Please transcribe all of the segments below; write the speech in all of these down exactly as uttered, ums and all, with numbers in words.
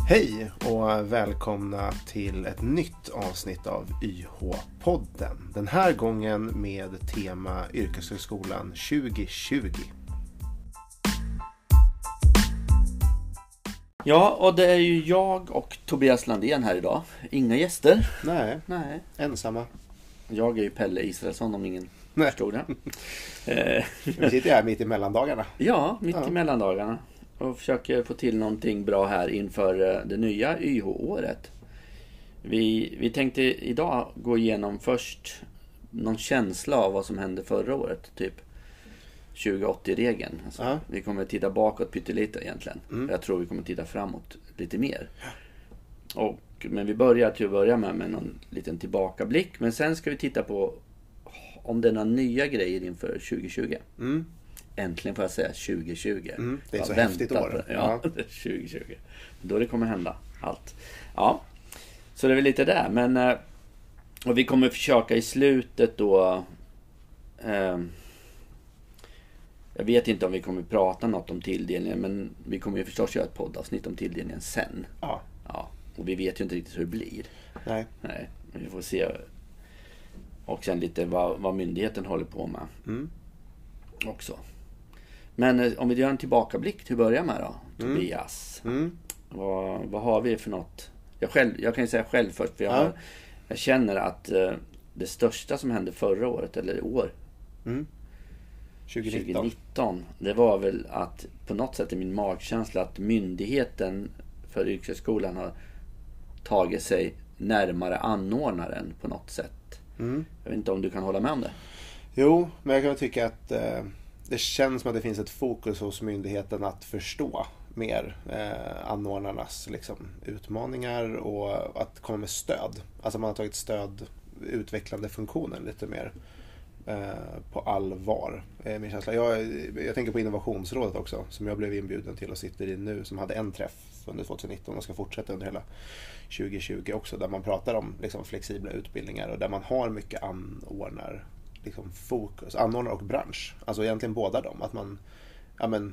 Hej och välkomna till ett nytt avsnitt av Y H-podden. Den här gången med tema Yrkeshögskolan tjugo tjugo. Ja, och det är ju jag och Tobias Landén här idag. Inga gäster. Nej, Nej. ensamma. Jag är ju Pelle Israelsson om ingen Nej. förstod det. Vi sitter här mitt i mellandagarna. Ja, mitt Ja. i mellandagarna. Och försöker få till någonting bra här inför det nya Y H-året. Vi, vi tänkte idag gå igenom först någon känsla av vad som hände förra året. Typ tjugo åttio-regeln. Alltså, Ja. vi kommer att titta bakåt pyttelite egentligen. Mm. Jag tror vi kommer att titta framåt lite mer. Och, men vi börjar till att börja med, med någon liten tillbakablick. Men sen ska vi titta på om det är några nya grejer inför tjugo tjugo. Mm. Äntligen får jag säga tjugo tjugo. Mm, det är Jag så har häftigt väntat år. på det. Ja, Ja. det är tjugo tjugo. Då det kommer hända allt. Ja, så det är väl lite där. Men, eh, och vi kommer försöka i slutet då... Eh, jag vet inte om vi kommer prata något om tilldelningen. Men vi kommer ju förstås göra ett poddavsnitt om tilldelningen sen. Ja. Ja, och vi vet ju inte riktigt hur det blir. Nej. Nej, vi får se. Och sen lite vad, vad myndigheten håller på med. Mm. Också. Men eh, om vi gör en tillbakablick till att börja med då, Mm. Tobias. Mm. Vad, vad har vi för något? Jag, själv, jag kan ju säga själv först, för jag, Ja. har, jag känner att eh, det största som hände förra året, eller i år, Mm. tjugo nitton. tjugo nitton, det var väl att på något sätt är min magkänsla att myndigheten för yrkeshögskolan har tagit sig närmare anordnaren på något sätt. Mm. Jag vet inte om du kan hålla med om det. Jo, men jag kan tycka att eh, det känns som att det finns ett fokus hos myndigheten att förstå mer eh, anordnarnas liksom, utmaningar och att komma med stöd. Alltså man har tagit stöd, utvecklande funktionen lite mer eh, på allvar. Eh, min känsla. Jag, jag tänker på innovationsrådet också, som jag blev inbjuden till och sitter i nu, som hade en träff under tjugonitton och ska fortsätta under hela tjugo tjugo också, där man pratar om liksom, flexibla utbildningar och där man har mycket anordnar liksom, fokus, anordnar och bransch. Alltså egentligen båda dem. Att man ja, men,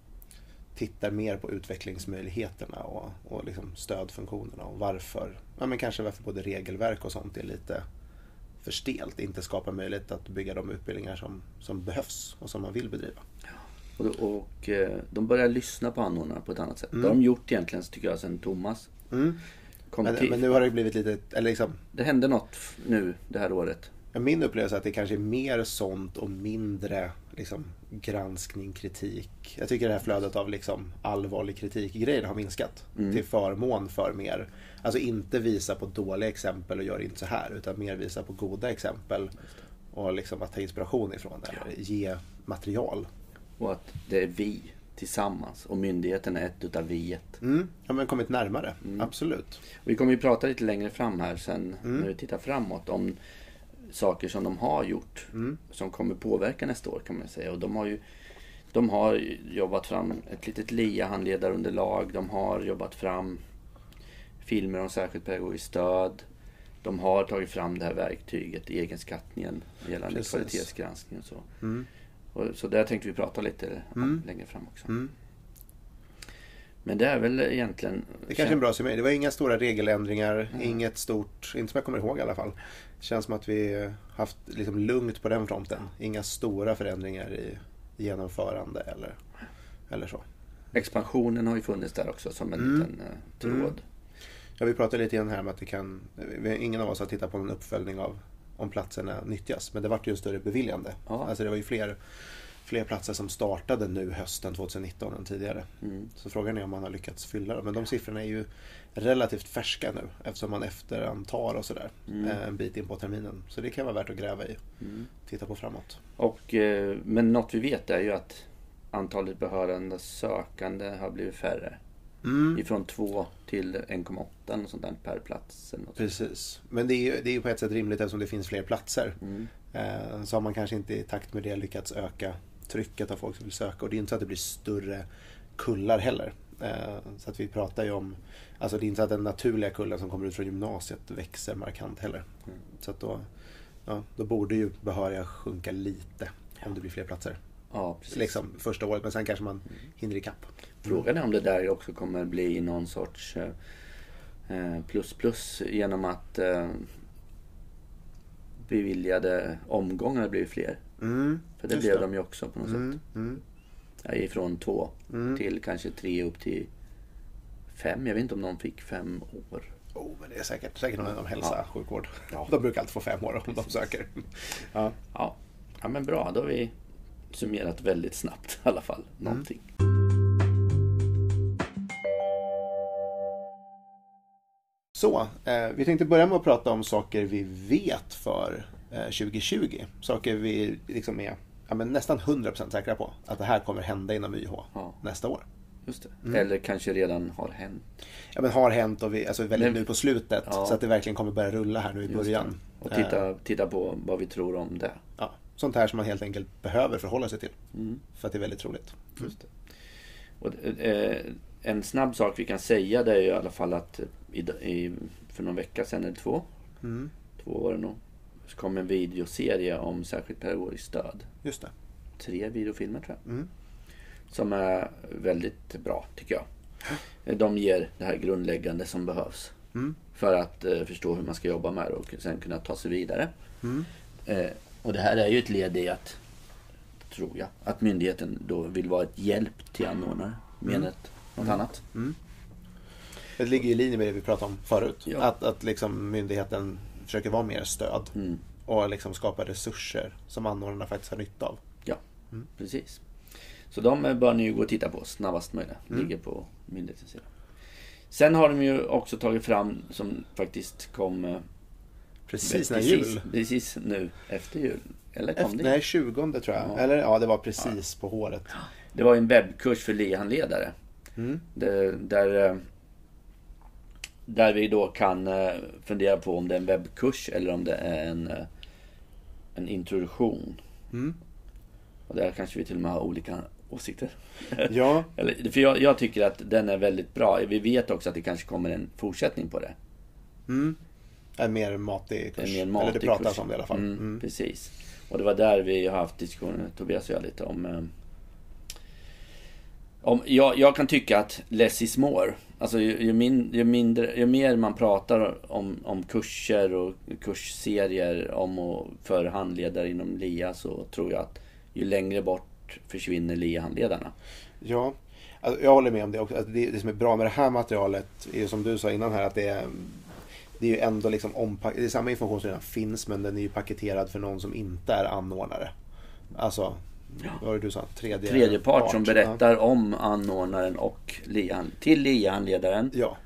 tittar mer på utvecklingsmöjligheterna och, och liksom stödfunktionerna och varför, ja, men kanske varför både regelverk och sånt är lite för stelt, inte skapar möjlighet att bygga de utbildningar som, som behövs och som man vill bedriva. Och, och eh, de börjar lyssna på anordnarna på ett annat sätt. Mm. Det har de gjort egentligen, tycker jag, sedan Thomas Mm. kom Men, till. men nu har det blivit lite, eller liksom, Det hände något f- nu det här året. min upplevelse är att det kanske är mer sånt och mindre liksom, granskning, kritik. Jag tycker det här flödet av liksom, allvarlig kritik-grejer har minskat Mm. till förmån för mer. Alltså inte visa på dåliga exempel och gör inte så här, utan mer visa på goda exempel och liksom att ta inspiration ifrån det. Eller ge material. Och att det är vi tillsammans. Och myndigheten är ett utav viet. Mm. Ja, men kommit närmare. Mm. Absolut. Och vi kommer ju prata lite längre fram här sen, Mm. när vi tittar framåt, om saker som de har gjort. Mm. Som kommer påverka nästa år, kan man säga. Och de har ju de har jobbat fram ett litet L I A-handledarunderlag. De har jobbat fram filmer om särskilt pedagogiskt stöd. De har tagit fram det här verktyget, egenskattningen gällande Precis. kvalitetsgranskning och så. Mm. Och, så där tänkte vi prata lite Mm. längre fram också. Mm. Men det är väl egentligen... Det är kanske är en bra summering. Det var inga stora regeländringar, Mm. inget stort, inte som jag kommer ihåg i alla fall. Det känns som att vi haft liksom lugnt på den fronten. Inga stora förändringar i genomförande eller, eller så. Expansionen har ju funnits där också som en Mm. liten eh, tråd. Mm. Ja, vi pratade lite grann här om att det kan, vi- ingen av oss har tittat på en uppföljning av om platserna nyttjas. Men det var ju en större beviljande. Ja. Alltså det var ju fler, fler platser som startade nu hösten tjugonitton än tidigare. Mm. Så frågan är om man har lyckats fylla dem. Men de siffrorna är ju relativt färska nu eftersom man efterantar och sådär Mm. eh, en bit in på terminen. Så det kan vara värt att gräva i. Mm. Titta på framåt. Och, eh, men något vi vet är ju att antalet behörande sökande har blivit färre. Mm. Ifrån två till en komma åtta och sånt där per plats. Eller något. Precis. Men det är ju det är ju på ett sätt rimligt eftersom det finns fler platser. Mm. Eh, så har man kanske inte i takt med det lyckats öka trycket av folk som vill söka. Och det är inte så att det blir större kullar heller. Eh, så att vi pratar ju om, alltså det är inte så att den naturliga kullen som kommer ut från gymnasiet växer markant heller. Mm. Så att då, ja, då borde ju behöriga sjunka lite om det blir fler platser. Ja, precis. Liksom första året, men sen kanske man hinner ikapp. Frågan är om det där också kommer bli någon sorts eh, plus plus genom att eh, beviljade omgångar blir fler. Mm, För det blev det. De ju också på något mm, sätt. Mm. Ja, ifrån två Mm. till kanske tre upp till fem. Jag vet inte om någon fick fem år. Oh, men det är säkert, säkert någon inom hälsa, Ja. sjukvård. Ja. De brukar alltid få fem år om de söker. Ja. Ja. Ja, men bra. Då har vi summerat väldigt snabbt i alla fall. Någonting. Så, eh, vi tänkte börja med att prata om saker vi vet för eh, tjugo tjugo. Saker vi liksom är ja, men nästan hundra procent säkra på att det här kommer hända inom Y H Ja. nästa år. Just det. Mm. Eller kanske redan har hänt. Ja, men har hänt och vi, alltså väldigt Men- nu på slutet Ja. så att det verkligen kommer börja rulla här nu i Just början. det. Och titta, titta på vad vi tror om det. Ja, sånt här som man helt enkelt behöver förhålla sig till. Mm. För att det är väldigt troligt. Just det. Och, eh, en snabb sak vi kan säga det är ju i alla fall att i, i, för någon vecka sedan eller två, Mm. två år nog, så kom en videoserie om särskilt pedagogiskt stöd. Just det. Tre videofilmer tror jag. Mm. Som är väldigt bra tycker jag. De ger det här grundläggande som behövs. Mm. För att eh, förstå hur man ska jobba med det och sen kunna ta sig vidare. Mm. Eh, och det här är ju ett led i att, tror jag, att myndigheten då vill vara ett hjälp till anordnare. Mer än ett, något Mm. annat. Mm. Det ligger i linje med det vi pratade om förut. Ja. Att, att liksom myndigheten försöker vara mer stöd. Mm. Och liksom skapa resurser som anordnarna faktiskt har nytta av. Ja, Mm. precis. Så de eh, bör ni ju gå och titta på snabbast möjligt. Mm. Ligger på myndighetens sida. Sen har de ju också tagit fram, som faktiskt kom eh, Precis när precis, jul. precis nu efter jul. Eller kom Efter, det? nej, tjugonde tror jag. Ja. Eller ja, det var precis på håret. Det var en webbkurs för L E A-handledare. Mm. Där, där, eh, där vi då kan eh, fundera på om det är en webbkurs eller om det är en, eh, en introduktion. Mm. Och där kanske vi till och med har olika åsikter. Ja, Eller, för jag, jag tycker att den är väldigt bra. Vi vet också att det kanske kommer en fortsättning på det. mm. En mer matig kurs. En mer matig Eller det pratas kurs. om det i alla fall. Mm, Mm. Precis. Och det var där vi har haft diskussioner, Tobias och jag, lite om... Eh, om jag, jag kan tycka att less is more. Alltså ju, ju, min, ju, mindre, ju mer man pratar om, om kurser och kursserier om och för handledare inom L I A, så tror jag att ju längre bort försvinner L I A-handledarna. Ja, alltså, jag håller med om det också. Alltså, det, det som är bra med det här materialet är ju som du sa innan här att det är, det är ju ändå liksom ompak- det är samma information som redan finns, men den är ju paketerad för någon som inte är anordnare. Alltså, Ja. vad var det du sa? Tredje, Tredje part som Ja. berättar om anordnaren och L I A, till L I A-handledaren Ja,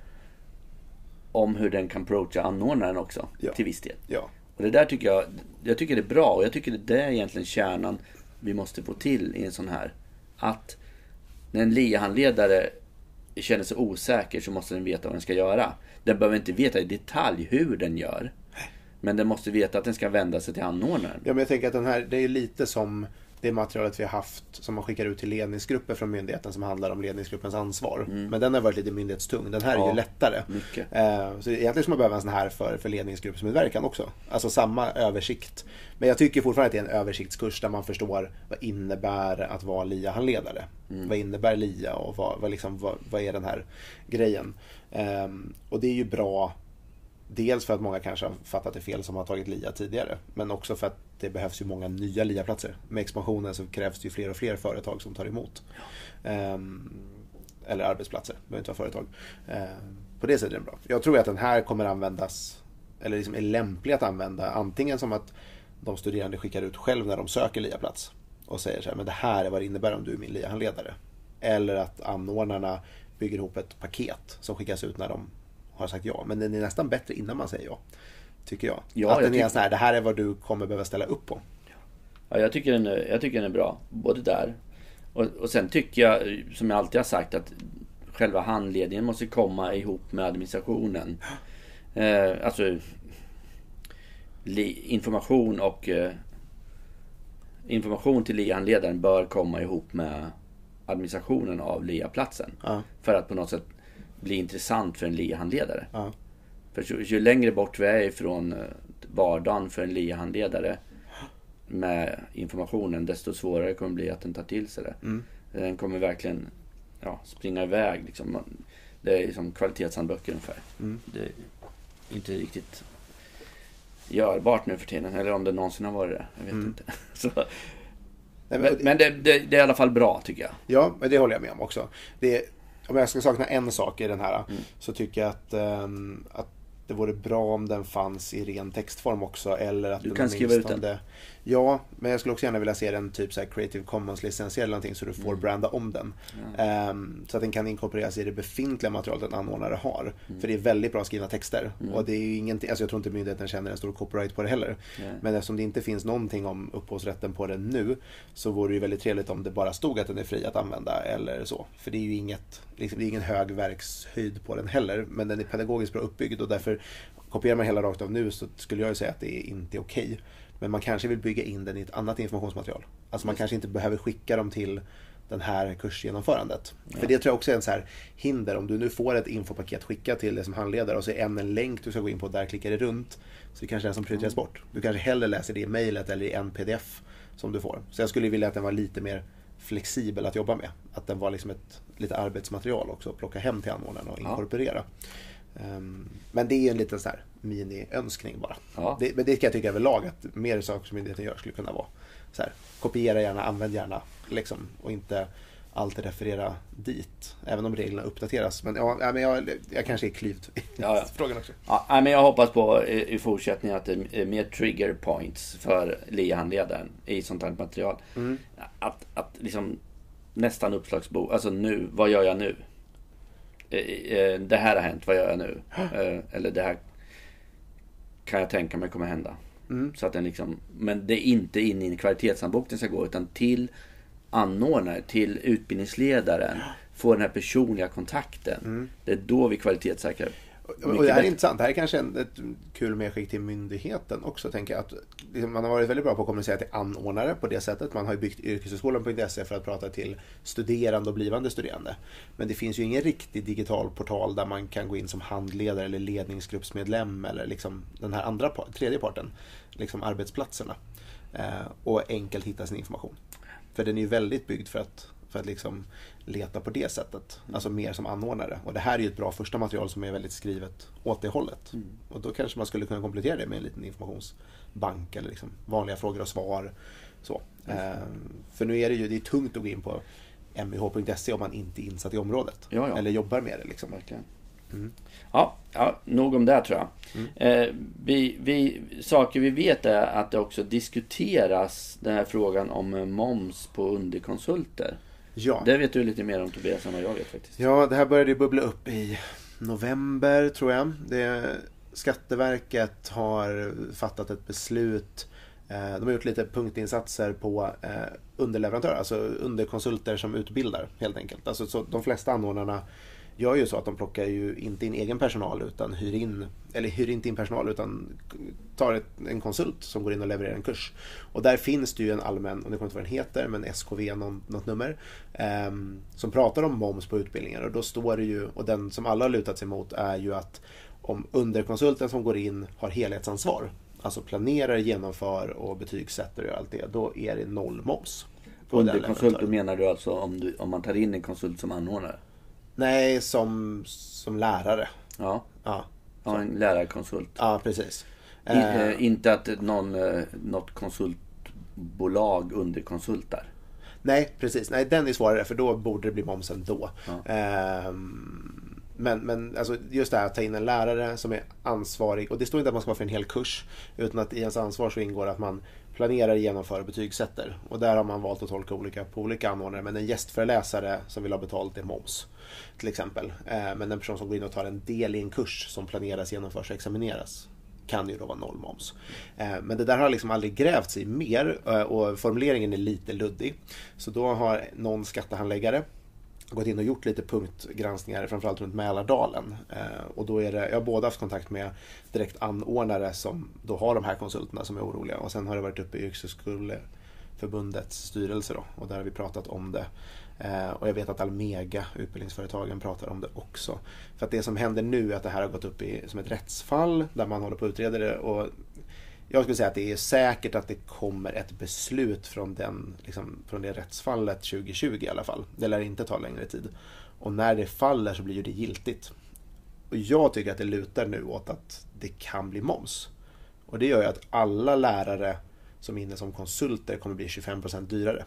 om hur den kan approacha anordnaren också, Ja. till viss del. ja. Och det där tycker jag, jag tycker det är bra, och jag tycker det är egentligen kärnan vi måste få till i en sån här. Att när en L I A-handledare känner sig osäker så måste den veta vad den ska göra. Den behöver inte veta i detalj hur den gör. Men den måste veta att den ska vända sig till anordnaren. Ja, men jag tänker att den här, det är lite som det materialet vi har haft som man skickar ut till ledningsgrupper från myndigheten som handlar om ledningsgruppens ansvar. Mm. Men den har varit lite myndighetstung. Den här är Ja, ju lättare. mycket. Eh, så egentligen skulle man behöva en sån här för, för ledningsgruppsmedverkan också. Alltså samma översikt. Men jag tycker fortfarande att det är en översiktskurs där man förstår vad innebär att vara L I A-handledare. Mm. Vad innebär L I A och vad, vad, liksom, vad, vad är den här grejen. Eh, och det är ju bra. Dels för att många kanske har fattat det fel som har tagit L I A tidigare. Men också för att det behövs ju många nya L I A-platser. Med expansionen så krävs det ju fler och fler företag som tar emot. Ehm, eller arbetsplatser, det behöver inte vara företag. Ehm, på det sättet är det bra. Jag tror att den här kommer användas, eller liksom är lämplig att använda, antingen som att de studerande skickar ut själv när de söker L I A-plats. Och säger så här, men det här är vad det innebär om du är min L I A-handledare. Eller att anordnarna bygger ihop ett paket som skickas ut när de har sagt ja. Men den är nästan bättre innan man säger ja. Tycker jag. Ja, att den jag är tyck- så här, det här är vad du kommer behöva ställa upp på. Ja, jag tycker den är, jag tycker den är bra. Både där. Och, och sen tycker jag, som jag alltid har sagt, att själva handledningen måste komma ihop med administrationen. Eh, alltså li, information och eh, information till L I A-handledaren bör komma ihop med administrationen av L I A-platsen. Ja. För att på något sätt bli intressant för en L I A-handledare. Ja. För ju, ju längre bort vi är ifrån eh, vardagen för en L I A-handledare, med informationen, desto svårare kommer det bli att den tar till sig det. Mm. Den kommer verkligen ja, springa iväg. Liksom. Det är som kvalitetshandböcker ungefär. Mm. Det är inte riktigt görbart nu för tiden. Eller om det någonsin har varit det. Jag vet mm. inte. Så, Nej, men men det, det, det är i alla fall bra tycker jag. Ja, men det håller jag med om också. Det, om jag ska sakna en sak i den här Mm. så tycker jag att, um, att det vore bra om den fanns i ren textform också. Eller att du den kan skriva ut den. Ja, men jag skulle också gärna vilja se den typ så här Creative Commons licensierad eller någonting så du får Mm. branda om den. Ja. Um, så att den kan inkorporeras i det befintliga materialet en anordnare har. Mm. För det är väldigt bra skrivna texter. Mm. Och det är ju ingenting, alltså jag tror inte myndigheten känner en stor copyright på det heller. Ja. Men eftersom det inte finns någonting om upphovsrätten på den nu så vore det ju väldigt trevligt om det bara stod att den är fri att använda eller så. För det är ju inget, liksom, det är ingen hög verkshöjd på den heller. Men den är pedagogiskt bra uppbyggd och därför kopierar man hela rakt av nu så skulle jag ju säga att det är inte okej. Men man kanske vill bygga in den i ett annat informationsmaterial. Alltså man kanske inte behöver skicka dem till den här kursgenomförandet. Ja. För det tror jag också är en så här hinder. Om du nu får ett infopaket skickat till dig som handledare och så är en, en länk du ska gå in på och där klickar det runt. Så det kanske är den som prioriteras mm. bort. Du kanske hellre läser det i mejlet eller i en pdf som du får. Så jag skulle vilja att den var lite mer flexibel att jobba med. Att den var liksom ett lite arbetsmaterial också att plocka hem till anordnarna och inkorporera. Ja. Um, men det är en liten så här mini-önskning bara. Ja. Det, men det kan jag tycka överlag att mer saker som myndigheten gör skulle kunna vara så här, kopiera gärna, använd gärna liksom, och inte alltid referera dit även om reglerna uppdateras. Men, ja, men jag, jag kanske är klyvd i ja, ja. frågan också. Ja, men jag hoppas på i, i fortsättningen att det är mer trigger points för L I A-handledaren i sånt här material. Mm. Att, att liksom nästan uppslagsbok, alltså nu, vad gör jag nu? Det här har hänt, vad gör jag nu? Eller det här kan jag tänka mig kommer hända. Mm. Så att den liksom, men det är inte in i en kvalitetshandbok den ska gå, utan till anordnare, till utbildningsledaren, få den här personliga kontakten. Mm. Det är då vi kvalitetssäkrar. Och det här är intressant. Det här är kanske ett kul medskick till myndigheten också, tänker jag. Att liksom, man har varit väldigt bra på att kommunicera till anordnare på det sättet. Man har ju byggt yrkeshögskolan punkt se för att prata till studerande och blivande studerande. Men det finns ju ingen riktig digital portal där man kan gå in som handledare eller ledningsgruppsmedlem eller liksom den här andra, tredje parten, liksom arbetsplatserna. Eh, och enkelt hitta sin information. För den är ju väldigt byggd för att för att liksom leta på det sättet. Alltså mer som anordnare. Och det här är ju ett bra första material som är väldigt skrivet åt det hållet. Mm. Och då kanske man skulle kunna komplettera det med en liten informationsbank eller liksom vanliga frågor och svar. Så. Mm. Ehm, för nu är det ju det är tungt att gå in på m y h punkt se om man inte är insatt i området. Ja, ja. Eller jobbar med det. Liksom. Verkligen. Mm. Ja, ja, nog om det tror jag. Mm. Eh, vi, vi, saker vi vet är att det också diskuteras den här frågan om moms på underkonsulter. Ja. Det vet du lite mer om, Tobias, än vad jag vet faktiskt. Ja, det här började ju bubbla upp i november tror jag. Det, Skatteverket har fattat ett beslut. Eh, de har gjort lite punktinsatser på eh, underleverantörer, alltså underkonsulter som utbildar helt enkelt. Alltså, så de flesta anordnarna gör ju så att de plockar ju inte in egen personal utan hyr in, eller hyr inte in personal utan tar ett, en konsult som går in och levererar en kurs. Och där finns det ju en allmän, och det kommer inte vad den heter, men S K V någon, något nummer eh, som pratar om moms på utbildningar. Och då står det ju, och den som alla har lutat sig mot är ju att om underkonsulten som går in har helhetsansvar, alltså planerar, genomför och betygsätter och allt det, då är det noll moms. Underkonsult, då menar du alltså om, du, om man tar in en konsult som anordnare? Nej, som, som lärare. Ja, ja, ja en lärarkonsult. Ja, precis. I, eh, inte att någon, eh, något konsultbolag underkonsultar. Nej, precis. Nej, den är svårare för då borde det bli momsen då. Ja. Eh, men men alltså, just det här att ta in en lärare som är ansvarig, och det står inte att man ska vara för en hel kurs, utan att i ens ansvar så ingår att man planerar, genomför och betygsätter. Och där har man valt att tolka olika på olika anordnare. Men en gästföreläsare som vill ha betalt är moms till exempel. Eh, men en person som går in och tar en del i en kurs som planeras, genomförs och examineras kan ju då vara noll moms. Eh, men det där har liksom aldrig grävts i mer eh, och formuleringen är lite luddig. Så då har någon skattehandläggare gått in och gjort lite punktgranskningar framförallt runt Mälardalen. Eh, och då är det, jag har både haft kontakt med direkt anordnare som då har de här konsulterna som är oroliga, och sen har det varit uppe i Yrkeshögskoleförbundets styrelse då, och där har vi pratat om det. Eh, och jag vet att Almega, utbildningsföretagen, pratar om det också. För att det som händer nu är att det här har gått upp i, som ett rättsfall där man håller på att utreda det, och jag skulle säga att det är säkert att det kommer ett beslut från, den, liksom, från det rättsfallet tjugo tjugo i alla fall. Det lär inte ta längre tid. Och när det faller så blir ju det giltigt. Och jag tycker att det lutar nu åt att det kan bli moms. Och det gör ju att alla lärare som är inne som konsulter kommer bli tjugofem procent dyrare.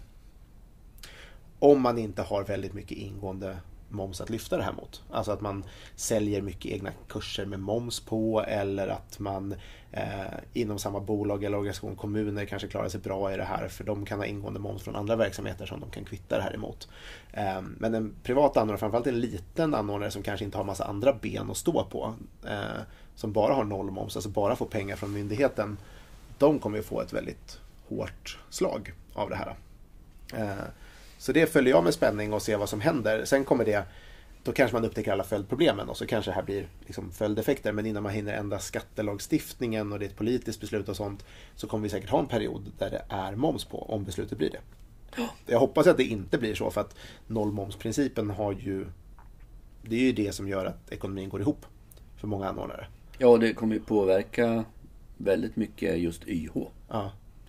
Om man inte har väldigt mycket ingående moms att lyfta det här mot. Alltså att man säljer mycket egna kurser med moms på, eller att man eh, inom samma bolag eller organisation, kommuner kanske klarar sig bra i det här, för de kan ha ingående moms från andra verksamheter som de kan kvitta det här emot. Eh, men en privat anordnare, framförallt en liten anordnare som kanske inte har massa andra ben att stå på, eh, som bara har noll moms, alltså bara får pengar från myndigheten, de kommer ju få ett väldigt hårt slag av det här. Eh, Så det följer jag med spänning och ser vad som händer. Sen kommer det, då kanske man upptäcker alla följdproblemen och så kanske det här blir liksom följdeffekter. Men innan man hinner ändra skattelagstiftningen och det är ett politiskt beslut och sånt, så kommer vi säkert ha en period där det är moms på, om beslutet blir det. Jag hoppas att det inte blir så, för att nollmomsprincipen har ju, det är ju det som gör att ekonomin går ihop för många anordnare. Ja, det kommer ju påverka väldigt mycket just Y H. Ja.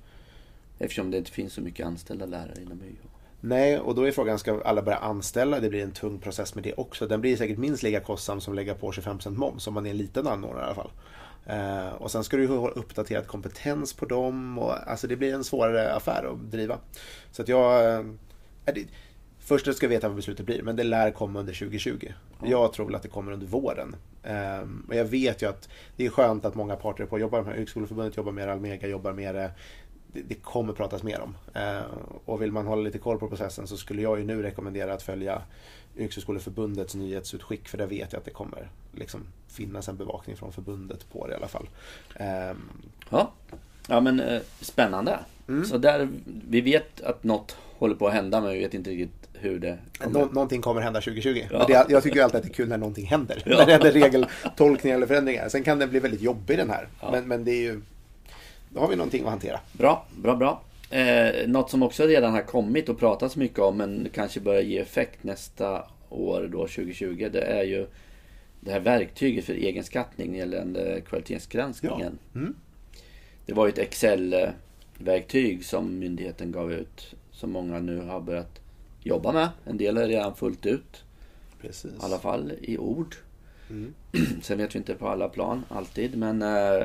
Eftersom det inte finns så mycket anställda lärare inom Y H. Nej, och då är frågan, ska alla börja anställa? Det blir en tung process med det också. Den blir säkert minst lika kostsam som lägga på tjugofem procent moms, om man är en liten anordnare i alla fall. Eh, och sen ska du ju ha uppdaterad kompetens på dem. Och, alltså det blir en svårare affär att driva. Så att jag... Eh, det, först ska vi veta vad beslutet blir, men det lär komma under tjugo tjugo. Mm. Jag tror att det kommer under våren. Eh, och jag vet ju att det är skönt att många parter på jobbar med. Högskoleförbundet jobbar med det, Almega jobbar med det. Det kommer pratas mer om. Eh, och vill man hålla lite koll på processen, så skulle jag ju nu rekommendera att följa Yrkeshögskoleförbundets nyhetsutskick, för där vet jag att det kommer liksom finnas en bevakning från förbundet på det i alla fall. Eh, ja. ja, men eh, spännande. Mm. Så där, vi vet att något håller på att hända, men vi vet inte riktigt hur det kommer. Nå- någonting kommer hända tjugo tjugo. Ja. Men det, jag tycker ju alltid att det är kul när någonting händer. Ja. När det händer regeltolkningar eller förändringar. Sen kan det bli väldigt jobbig den här. Ja. Men, men det är ju... Då har vi någonting att hantera. Bra, bra, bra. Eh, något som också redan har kommit och pratats mycket om, men kanske börjar ge effekt nästa år, då tjugo tjugo, det är ju det här verktyget för egenskattning gällande kvalitetsgranskningen. Ja. Mm. Det var ju ett Excel-verktyg som myndigheten gav ut, som många nu har börjat jobba med. En del är redan fullt ut. Precis. I alla fall i ord. Mm. Sen vet vi inte på alla plan alltid, men... Eh,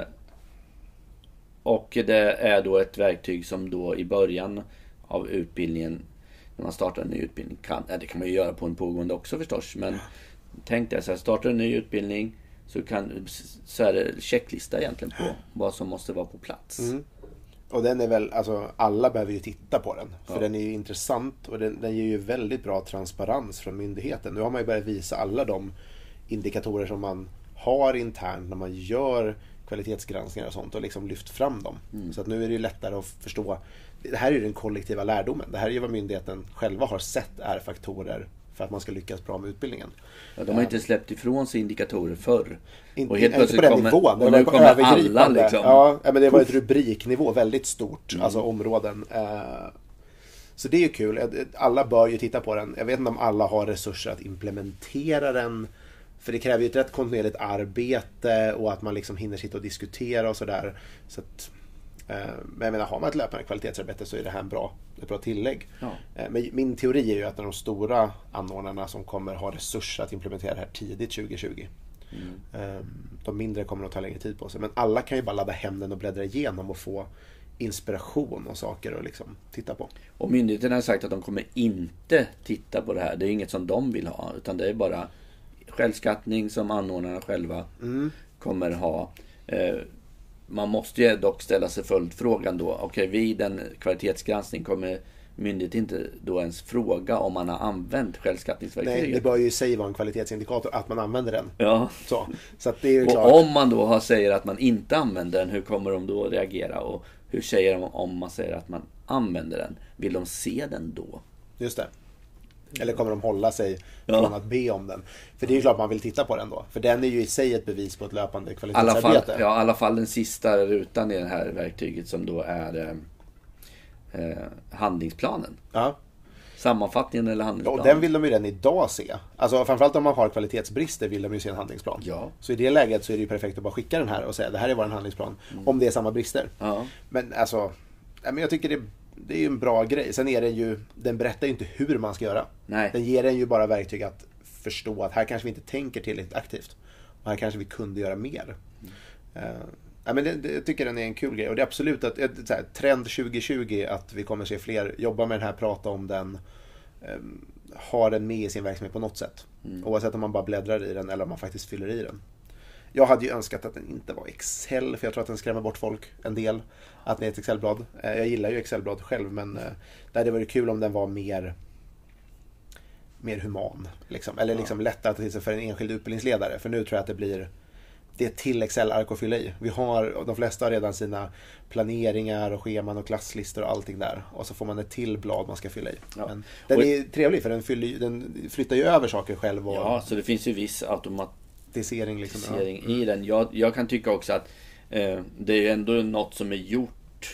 Och det är då ett verktyg som då i början av utbildningen, när man startar en ny utbildning, kan, ja, det kan man ju göra på en pågående också förstås, men tänk dig så här, startar en ny utbildning, så, kan, så är det checklista egentligen på vad som måste vara på plats. Mm. Och den är väl, alltså alla behöver ju titta på den, för ja. den är ju intressant och den, den ger ju väldigt bra transparens från myndigheten. Nu har man ju börjat visa alla de indikatorer som man har internt när man gör kvalitetsgranskningar och sånt, och liksom lyft fram dem. Mm. Så att nu är det ju lättare att förstå. Det här är ju den kollektiva lärdomen. Det här är ju vad myndigheten själva har sett är faktorer för att man ska lyckas bra med utbildningen. Ja, de har inte släppt ifrån sig indikatorer förr. In, och helt inte på den kommer, nivån. Det var kommer alla liksom. Ja, men det var ett rubriknivå, väldigt stort, mm. alltså områden. Så det är ju kul. Alla bör ju titta på den. Jag vet inte om alla har resurser att implementera den. För det kräver ju ett rätt kontinuerligt arbete och att man liksom hinner sitta och diskutera och sådär. Så att, eh, men jag menar, har man ett löpande kvalitetsarbete så är det här en bra, ett bra tillägg. Ja. Eh, men min teori är ju att de stora anordnarna som kommer ha resurser att implementera det här tidigt tjugo tjugo. Mm. Eh, de mindre kommer att ta längre tid på sig. Men alla kan ju bara ladda hem den och bläddra igenom och få inspiration och saker att liksom titta på. Och myndigheterna har sagt att de kommer inte titta på det här. Det är inget som de vill ha, utan det är bara självskattning som anordnarna själva mm. kommer ha. Eh, man måste ju dock ställa sig följdfrågan då. Okej, okay, vid en kvalitetsgranskning kommer myndigheten inte då ens fråga om man har använt självskattningsverktyget. Nej, det bör ju i sig vara en kvalitetsindikator att man använder den. Ja. Så, så att det är ju och klart. Om man då har, säger att man inte använder den, hur kommer de då reagera? Och hur säger de om man säger att man använder den? Vill de se den då? Just det. Eller kommer de hålla sig ja. från att be om den? För det är ju klart man vill titta på den då. För den är ju i sig ett bevis på ett löpande kvalitetsarbete. Alla fall, ja, i alla fall den sista rutan i det här verktyget som då är eh, handlingsplanen. Ja. sammanfattningen eller Ja, handlingsplanen. och den vill de ju redan idag se. Alltså framförallt om man har kvalitetsbrister vill de ju se en handlingsplan. Ja. Så i det läget så är det ju perfekt att bara skicka den här och säga det här är vår handlingsplan. Mm. Om det är samma brister. Ja. Men alltså, ja, men jag tycker det, det är ju en bra grej. Sen är den ju, den berättar ju inte hur man ska göra. Nej. Den ger en ju bara verktyg att förstå att här kanske vi inte tänker tillräckligt aktivt. Och här kanske vi kunde göra mer. Mm. Uh, ja, men det, det, jag tycker den är en kul grej. Och det är absolut att, ett, så här, trend tjugo tjugo att vi kommer se fler jobba med den här, prata om den. Um, ha den med i sin verksamhet på något sätt. Mm. Oavsett om man bara bläddrar i den eller om man faktiskt fyller i den. Jag hade ju önskat att den inte var Excel, för jag tror att den skrämmer bort folk en del. Att det är ett Excelblad. Jag gillar ju Excelblad själv, men det hade varit kul om den var mer mer human. Liksom. Eller liksom ja. lättare att ta till sig för en enskild utbildningsledare. För nu tror jag att det blir det är till Excel-ark att fylla i. Vi har, de flesta har redan sina planeringar och scheman och klasslistor och allting där. Och så får man ett till blad man ska fylla i. Ja. Men den och, är trevlig för den, fyller, den flyttar ju över saker själv. Och, ja, så det finns ju viss automatisering liksom, ja. i den. Jag, jag kan tycka också att eh, det är ändå något som är gjort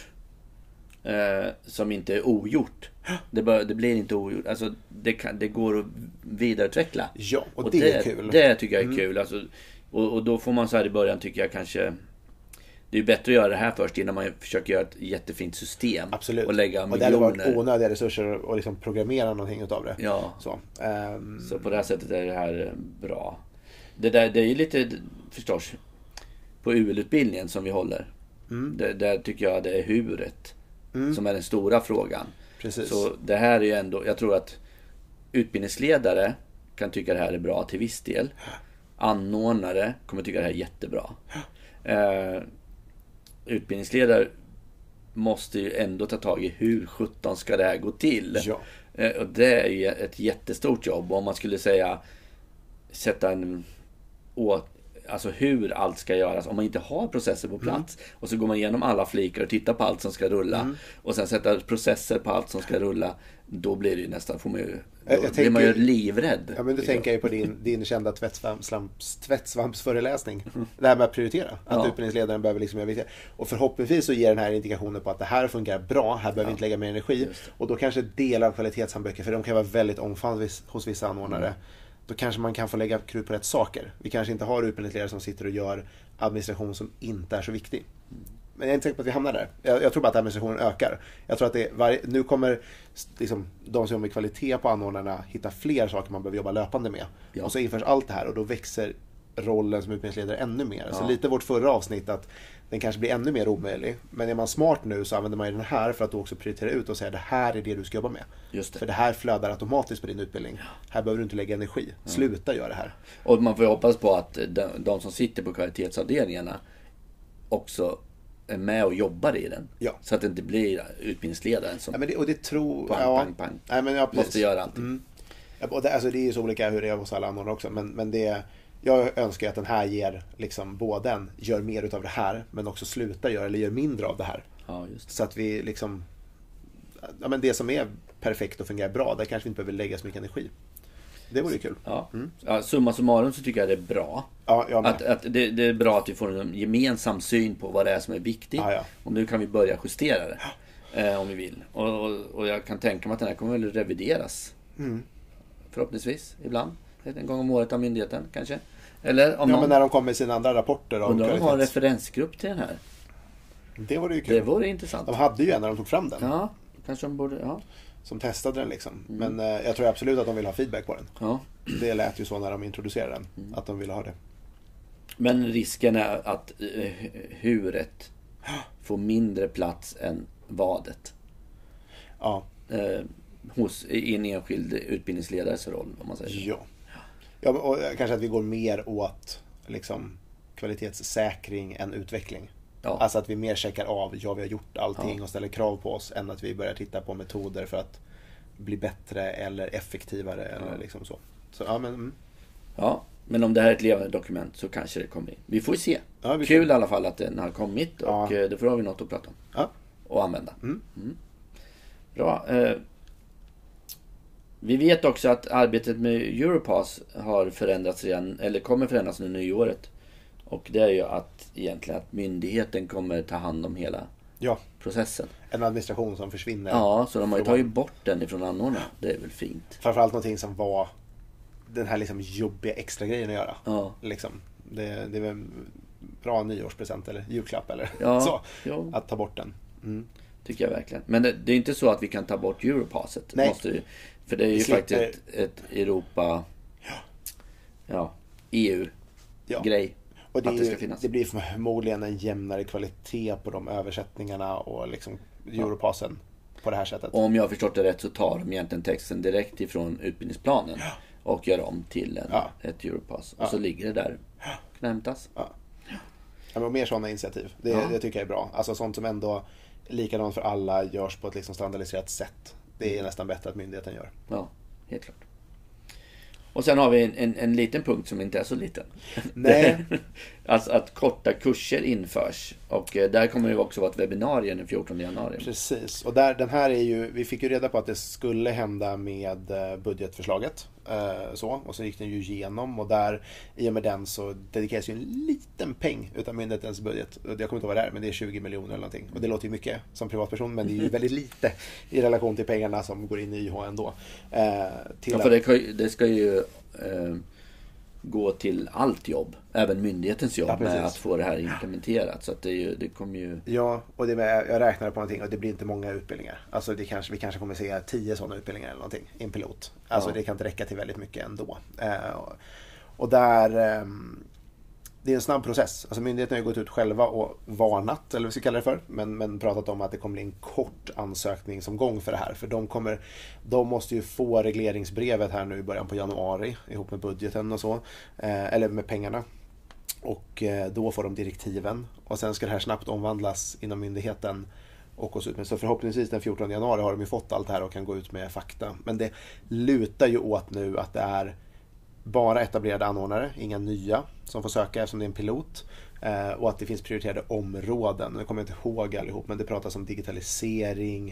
eh, som inte är ogjort. Det, bör, det blir inte ogjort. Alltså, det, kan, det går att vidareutveckla. Ja, och, och det, det är kul. Det tycker jag är mm. kul. Alltså, och, och då får man så här i början tycker jag kanske... Det är bättre att göra det här först innan man försöker göra ett jättefint system. Absolut. Och lägga miljoner. Och det hade varit onödiga resurser och liksom programmera någonting utav det. Ja. Så, um... så på det här sättet är det här bra. Det, där, det är ju lite förstås på U L-utbildningen som vi håller. Mm. Det, där tycker jag det är huret mm. som är den stora frågan. Precis. Så det här är ju ändå, jag tror att utbildningsledare kan tycka det här är bra till viss del. Anordnare kommer tycka det här är jättebra. Uh, utbildningsledare måste ju ändå ta tag i hur sjutton ska det här gå till. Ja. Uh, och det är ju ett jättestort jobb. Om man skulle säga sätta en åt, alltså hur allt ska göras. Om man inte har processer på plats mm. och så går man igenom alla flikar och tittar på allt som ska rulla mm. och sen sätta processer på allt som ska rulla, då blir det ju nästan, får man ju, då jag blir tänker, man ju livrädd. Ja, men du tänker ju på din, din kända tvättsvamps, tvättsvampsföreläsning. Mm. Det här med att prioritera. Att ja. utbildningsledaren behöver liksom göra viktigt. Och förhoppningsvis så ger den här indikationen på att det här fungerar bra, här behöver vi ja. inte lägga mer energi. Och då kanske delar av kvalitetshandböcker, för de kan vara väldigt omfattande hos vissa anordnare. Mm. Då kanske man kan få lägga krut på rätt saker. Vi kanske inte har utbildningsledare som sitter och gör administration som inte är så viktig. Men jag är inte säker på att vi hamnar där. Jag, jag tror bara att administrationen ökar. Jag tror att det varje, nu kommer liksom, de som jobbar med kvalitet på anordnarna hitta fler saker man behöver jobba löpande med. Ja. Och så införs allt det här och då växer rollen som utbildningsledare ännu mer. Ja. Så lite vårt förra avsnitt att den kanske blir ännu mer omöjlig. Men är man smart nu så använder man ju den här för att då också prioritera ut och säga det här är det du ska jobba med. Just det. För det här flödar automatiskt på din utbildning. Ja. Här behöver du inte lägga energi. Ja. Sluta göra det här. Och man får ju hoppas på att de, de som sitter på kvalitetsavdelningarna också är med och jobbar i den. Ja. Så att det inte blir utbildningsledaren som ja, men det, och det tror, pang, ja. pang, pang. Nej, men ja, måste göra allting. Mm. Ja, och det, alltså, det är ju så olika hur det är hos alla anordnare också. Men, men det, jag önskar att den här ger liksom, både en gör mer utav det här men också slutar göra eller gör mindre av det här. Ja, just det. Så att vi liksom ja, men det som är perfekt och fungerar bra, där kanske vi inte behöver lägga så mycket energi. Det vore kul. Ja. Mm. Ja, summa summarum så tycker jag det är bra. Ja, jag med. Att, att det, det är bra att vi får en gemensam syn på vad det är som är viktigt. Ja, ja. Och nu kan vi börja justera det. Ja. Eh, om vi vill. Och, och, och jag kan tänka mig att den här kommer väl revideras. Mm. Förhoppningsvis, ibland. En gång om året av myndigheten, kanske. Eller om ja, någon... men när de kommer med sina andra rapporter. Undrar om de har en referensgrupp till den här. Det vore ju kul. Det vore intressant. De hade ju en när de tog fram den. Ja, kanske de borde, ja. Som testade den liksom. Mm. Men eh, jag tror absolut att de vill ha feedback på den. Ja. Det lät ju så när de introducerade den. Mm. Att de ville ha det. Men risken är att eh, huret får mindre plats än vadet. Ja. Eh, hos, i en enskild utbildningsledares roll, om man säger så. Ja. Ja, och kanske att vi går mer åt liksom, kvalitetssäkring än utveckling. Ja. Alltså att vi mer checkar av, ja vi har gjort allting ja. och ställer krav på oss än att vi börjar titta på metoder för att bli bättre eller effektivare ja. eller liksom så. Så ja, men, mm. ja, men om det här är ett levande dokument så kanske det kommer in. Vi får se. Ja, vi Kul i alla fall att den har kommit och ja. då får vi något att prata om. Ja. Och använda. Mm. Mm. Bra. Eh, vi vet också att arbetet med Europass har förändrats redan, eller kommer förändras nu nyåret. Och det är ju att egentligen att myndigheten kommer ta hand om hela ja. processen. En administration som försvinner. Ja, så de har ju från... tagit bort den ifrån anordnarna. Det är väl fint. Framförallt någonting som var den här liksom jobbiga extra grejen att göra. Ja. Liksom. Det, det är väl en bra nyårspresent eller julklapp eller Ja, så. ja. Att ta bort den. Mm. Tycker jag verkligen. Men det, det är inte så att vi kan ta bort Europasset. Nej. Måste ju, för det är ju Slipper... faktiskt ett, ett Europa... Ja, E U-grej. Ja. Och det, att det ska ju, finnas. det blir förmodligen en jämnare kvalitet på de översättningarna och liksom Europassen på det här sättet. Och om jag har förstått det rätt så tar de egentligen texten direkt ifrån utbildningsplanen Ja. och gör om till en, Ja. ett Europass. Och Ja. så ligger det där. Kan hämtas. Ja. Ja, men mer sådana initiativ. Det, Ja. det tycker jag är bra. Alltså sånt som ändå likadant för alla görs på ett liksom standardiserat sätt. Det är nästan bättre att myndigheten gör. Ja, helt klart. Och sen har vi en, en, en liten punkt som inte är så liten. Nej. Alltså att korta kurser införs. Och eh, där kommer det också vara ett webbinarium den fjortonde januari. Precis. Och där, den här är ju, vi fick ju reda på att det skulle hända med eh, budgetförslaget. Eh, så, och så gick den ju igenom och där i och med den så dedikeras ju en liten peng utav myndighetens budget. Jag kommer inte ihåg vad det är, men det är tjugo miljoner eller någonting. Och det låter ju mycket som privatperson, men det är ju väldigt lite i relation till pengarna som går in i Y H ändå. Eh, till Ja, för det, kan- det ska ju eh, gå till allt jobb. Även myndighetens jobb Ja, precis. med att få det här implementerat. Så att det, är ju, det kommer ju... Ja, och det med, jag räknade på någonting och det blir inte många utbildningar. Alltså det kanske, vi kanske kommer se tio sådana utbildningar eller någonting i en pilot. Alltså Ja. det kan inte räcka till väldigt mycket ändå. Eh, och, och där, eh, det är en snabb process. Alltså myndigheten har ju gått ut själva och varnat, eller vad vi ska kalla det för, men, men pratat om att det kommer bli en kort ansökningsomgång för det här. För de, kommer, de måste ju få regleringsbrevet här nu i början på januari ihop med budgeten och så. Eh, eller med pengarna. Och eh, då får de direktiven. Och sen ska det här snabbt omvandlas inom myndigheten och gå ut med. Så förhoppningsvis den fjortonde januari har de ju fått allt det här och kan gå ut med fakta. Men det lutar ju åt nu att det är bara etablerade anordnare, inga nya som får söka eftersom det är en pilot. Eh, och att det finns prioriterade områden. Nu kommer jag inte ihåg allihop, men det pratas om digitalisering,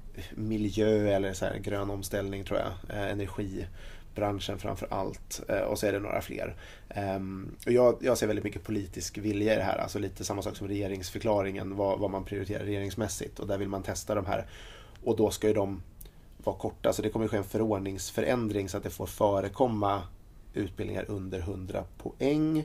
miljö eller så här, grön omställning tror jag, eh, energi. Branschen framför allt, och så är det några fler. Och jag, jag ser väldigt mycket politisk vilja i det här, alltså lite samma sak som regeringsförklaringen, vad, vad man prioriterar regeringsmässigt, och där vill man testa de här. Och då ska ju de vara korta, så det kommer ske en förordningsförändring så att det får förekomma utbildningar under hundra poäng,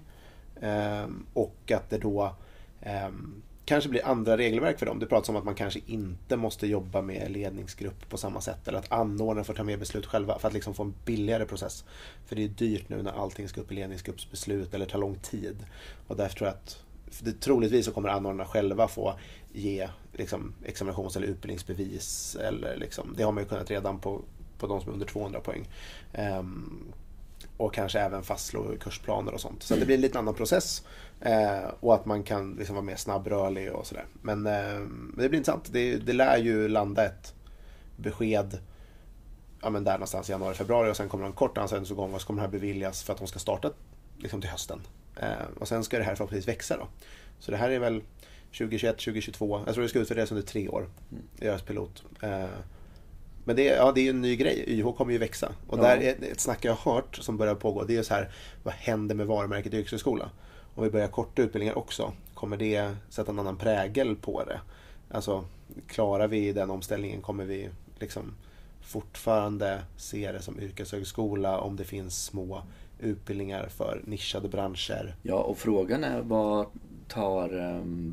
och att det då kanske blir andra regelverk för dem. Det pratas om att man kanske inte måste jobba med ledningsgrupp på samma sätt, eller att anordnarna får ta med beslut själva för att liksom få en billigare process. För det är dyrt nu när allting ska upp i ledningsgruppsbeslut eller tar lång tid. Och därför tror jag att det, troligtvis så kommer anordnarna själva få ge liksom, examinations- eller utbildningsbevis. Eller liksom, det har man ju kunnat redan på, på de som är under tvåhundra poäng. Um, och kanske även fastslå kursplaner och sånt. Så det blir en lite annan process. Eh, och att man kan liksom vara mer snabbrörlig och sådär. Men eh, det blir intressant. Det, det lär ju landa ett besked ja, men där någonstans i januari, februari. Och sen kommer det en kort ansökningsomgång och så kommer det här beviljas för att de ska starta liksom till hösten. Eh, och sen ska det här förhoppningsvis växa då. Så det här är väl tjugohundratjugoett tjugohundratjugotvå. Jag tror det ska utvärderas under tre år. Det görs pilot. Eh, Men det är, ja, det är ju en ny grej. Y H kommer ju växa. Och Ja. där är ett snack jag har hört som börjar pågå. Det är ju så här, vad händer med varumärket yrkeshögskola? Om vi börjar korta utbildningar också, kommer det sätta en annan prägel på det? Alltså, klarar vi den omställningen? Kommer vi liksom fortfarande se det som yrkeshögskola om det finns små utbildningar för nischade branscher? Ja, och frågan är vad tar um,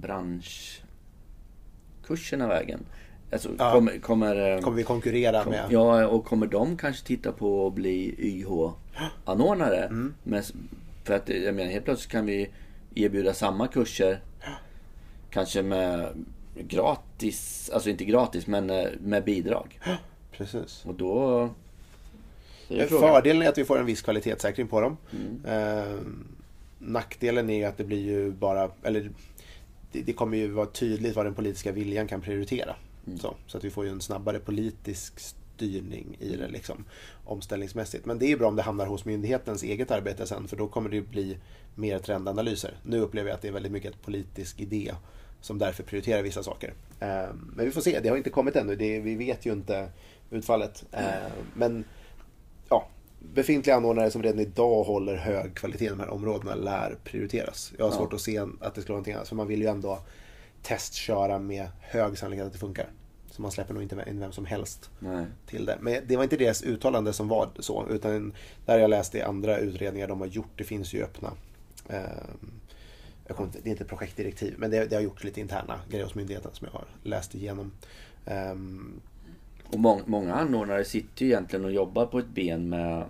branschkurserna vägen? Alltså, Ja. kommer, kommer, Kommer vi konkurrera kom, med? Ja, och kommer de kanske titta på att bli Y H-anordnare? Mm. Men, för att jag menar, helt plötsligt kan vi erbjuda samma kurser, kanske med gratis, alltså inte gratis, men med bidrag. Precis. Och då... så är det frågan. Fördelen är att vi får en viss kvalitetssäkring på dem. Mm. Eh, nackdelen är att det blir ju bara, eller det, det kommer ju vara tydligt vad den politiska viljan kan prioritera. Mm. Så, så att vi får ju en snabbare politisk styrning i det liksom, omställningsmässigt. Men det är bra om det hamnar hos myndighetens eget arbete sen, för då kommer det bli mer trendanalyser. Nu upplever jag att det är väldigt mycket ett politisk idé som därför prioriterar vissa saker. Eh, men vi får se, det har inte kommit ännu. Det, vi vet ju inte utfallet. Eh, men ja, befintliga anordnare som redan idag håller hög kvalitet i de här områdena lär prioriteras. Jag har Ja. svårt att se att det skulle vara någonting annat, för man vill ju ändå testköra med hög sannolikhet att det funkar. Så man släpper nog inte in vem som helst Nej. till det. Men det var inte deras uttalande som var så, utan där jag läste i andra utredningar de har gjort, det finns ju öppna. Eh, jag kommer inte, det är inte projektdirektiv, men det, det har gjort lite interna grejer hos myndigheten som jag har läst igenom. Eh, och må, många anordnare sitter ju egentligen och jobbar på ett ben med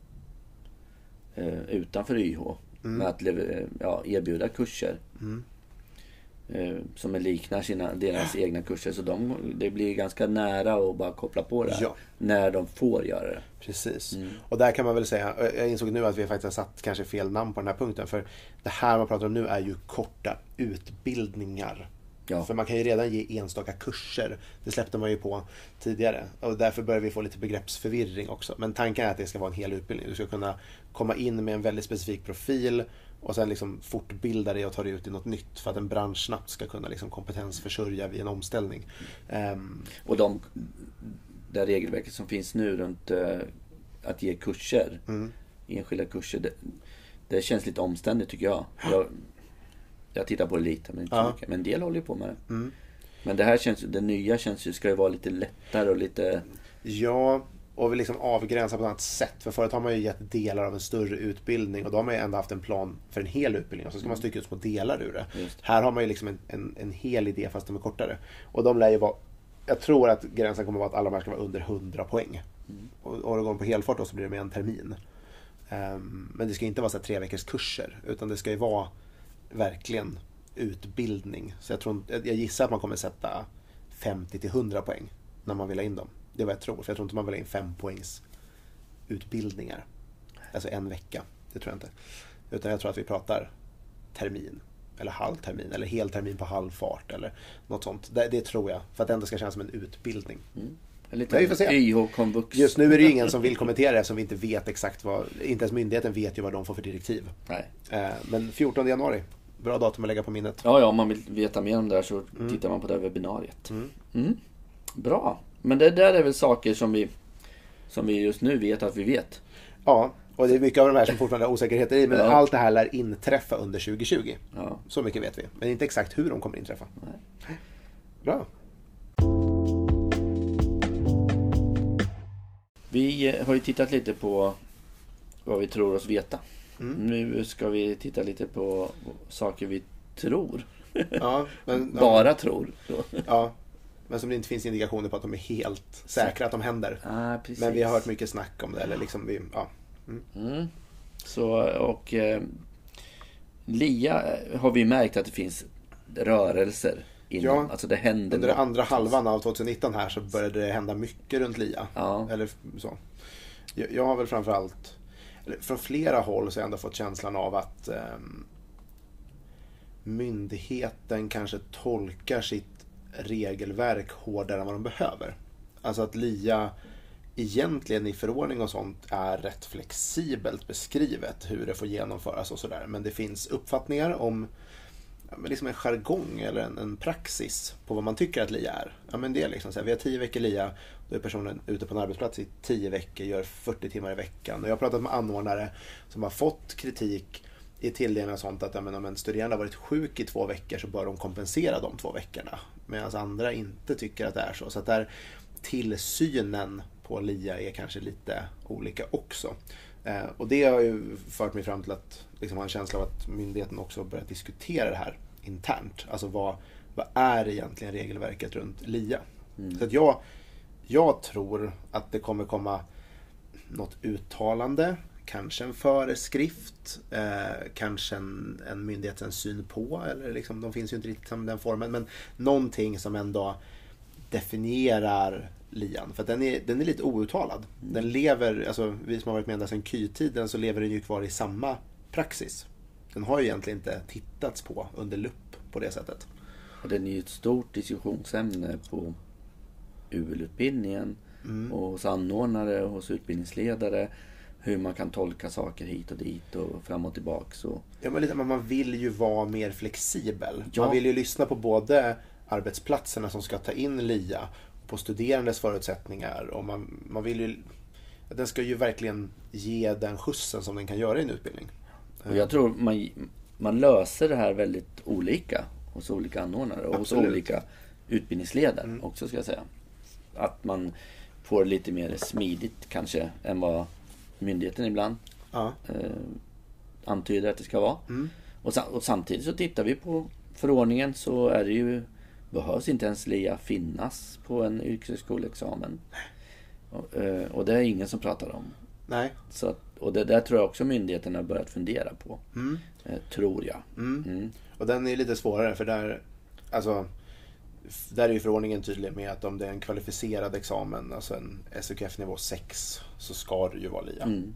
eh, utanför Y H. Mm. Med att ja, erbjuda kurser. Mm. Som liknar sina, deras egna kurser. Så de, det blir ganska nära att bara koppla på det här, ja. När de får göra det. Precis. Mm. Och där kan man väl säga, jag insåg nu att vi faktiskt har satt kanske fel namn på den här punkten. För det här man pratar om nu är ju korta utbildningar. Ja. För man kan ju redan ge enstaka kurser. Det släppte man ju på tidigare. Och därför börjar vi få lite begreppsförvirring också. Men tanken är att det ska vara en hel utbildning. Du ska kunna komma in med en väldigt specifik profil och sen liksom fortbilda dig och ta dig ut i något nytt för att en bransch snabbt ska kunna liksom kompetensförsörja vid en omställning. Um, och de, det regelverket som finns nu runt uh, att ge kurser, mm. enskilda kurser, det, det känns lite omständigt tycker jag. Jag, jag tittar på det lite, men inte ja. mycket. Men en del håller ju på med det. Mm. Men det här känns, det nya känns ju, ska ju vara lite lättare och lite... Ja, och vi liksom avgränsa på ett annat sätt. För förut har man ju gett delar av en större utbildning och då har man ju ändå haft en plan för en hel utbildning och så ska man stycka ut små delar ur det. Just. Här har man ju liksom en, en, en hel idé fast de är kortare. Och de lär ju vara, jag tror att gränsen kommer att vara att alla de här ska vara under hundra poäng. Mm. Och, och det går på helfart då så blir det med en termin. Um, men det ska inte vara så här tre veckors kurser utan det ska ju vara verkligen utbildning. Så jag, tror, jag gissar att man kommer sätta femtio till hundra poäng när man vill ha in dem. Det är vad jag tror. För jag tror inte man vill ha in fem poängs utbildningar. Alltså en vecka. Det tror jag inte. Utan jag tror att vi pratar termin. Eller halvtermin. Eller heltermin på halvfart. Eller något sånt. Det, det tror jag. För att det ändå ska kännas som en utbildning. Mm. Lite Y H-komvux. Just nu är det ju ingen som vill kommentera det eftersom vi inte vet exakt vad... Inte ens myndigheten vet ju vad de får för direktiv. Nej. Men fjortonde januari. Bra datum att lägga på minnet. Ja, ja, om man vill veta mer om det här så mm. tittar man på det här webbinariet. Mm. Mm. Bra. Men det där är väl saker som vi, som vi just nu vet att vi vet. Ja, och det är mycket av de här som fortfarande har osäkerheter i. Men ja. Allt det här lär inträffa under tjugo tjugo. Ja. Så mycket vet vi. Men inte exakt hur de kommer inträffa. Nej. Bra. Vi har ju tittat lite på vad vi tror oss veta. Mm. Nu ska vi titta lite på saker vi tror. Ja, men, Bara ja. tror. Ja, men som det inte finns indikationer på att de är helt säkra att de händer. Ah, men vi har hört mycket snack om det. Eller liksom vi, ja. Mm. Mm. Så, och eh, L I A har vi märkt att det finns rörelser inom. Ja, alltså det händer under andra halvan av tjugonitton här så började det hända mycket runt L I A. Ja. Eller så. Jag, jag har väl framförallt, eller från flera håll så har jag ändå fått känslan av att eh, myndigheten kanske tolkar sitt regelverk hårdare än vad de behöver. Alltså att L I A egentligen i förordning och sånt är rätt flexibelt beskrivet hur det får genomföras och sådär. Men det finns uppfattningar om ja, men liksom en jargong eller en, en praxis på vad man tycker att L I A är. Ja, men det är liksom så här, vi har tio veckor L I A, då är personen ute på en arbetsplats i tio veckor, gör fyrtio timmar i veckan. Och jag har pratat med anordnare som har fått kritik i tilldelning och sånt att ja, men om en studerande har varit sjuk i två veckor så bör de kompensera de två veckorna. Medan andra inte tycker att det är så. Så att där tillsynen på L I A är kanske lite olika också. Eh, och det har ju fört mig fram till att liksom ha en känsla av att myndigheten också börjat diskutera det här internt. Alltså vad, vad är egentligen regelverket runt L I A? Mm. Så att jag, jag tror att det kommer komma något uttalande, kanske en föreskrift, eh, kanske en, en myndighets syn på, eller liksom, de finns ju inte riktigt som den formen, men någonting som ändå definierar L I A. För att den är, den är lite outtalad. Den lever, alltså vi som har varit med ända sedan Q I-tiden så lever den ju kvar i samma praxis. Den har ju egentligen inte tittats på under lupp på det sättet. Och den är ju ett stort diskussionsämne på U L-utbildningen mm. och hos anordnare och hos utbildningsledare. Hur man kan tolka saker hit och dit och fram och tillbaka. Så. Ja, men lite, men man vill ju vara mer flexibel. Ja. Man vill ju lyssna på både arbetsplatserna som ska ta in L I A, på studerandes förutsättningar, och man, man vill ju, den ska ju verkligen ge den skjutsen som den kan göra i en utbildning. Och jag tror man, man löser det här väldigt olika hos olika anordnare och Absolut. hos olika utbildningsledare mm. också, ska jag säga. Att man får lite mer smidigt kanske än vad myndigheten ibland ja. eh, antyder att det ska vara. Mm. Och, sam- och samtidigt så tittar vi på förordningen, så är det ju, behövs inte ens L I A finnas på en yrkeshögskoleexamen. Och, eh, och det är ingen som pratar om. Nej. Så att, och det där tror jag också myndigheterna har börjat fundera på. Mm. Eh, tror jag. Mm. Mm. Och den är lite svårare för där, alltså, där är ju förordningen tydlig med att om det är en kvalificerad examen, alltså en S U K F-nivå sex, så ska det ju vara L I A. Mm.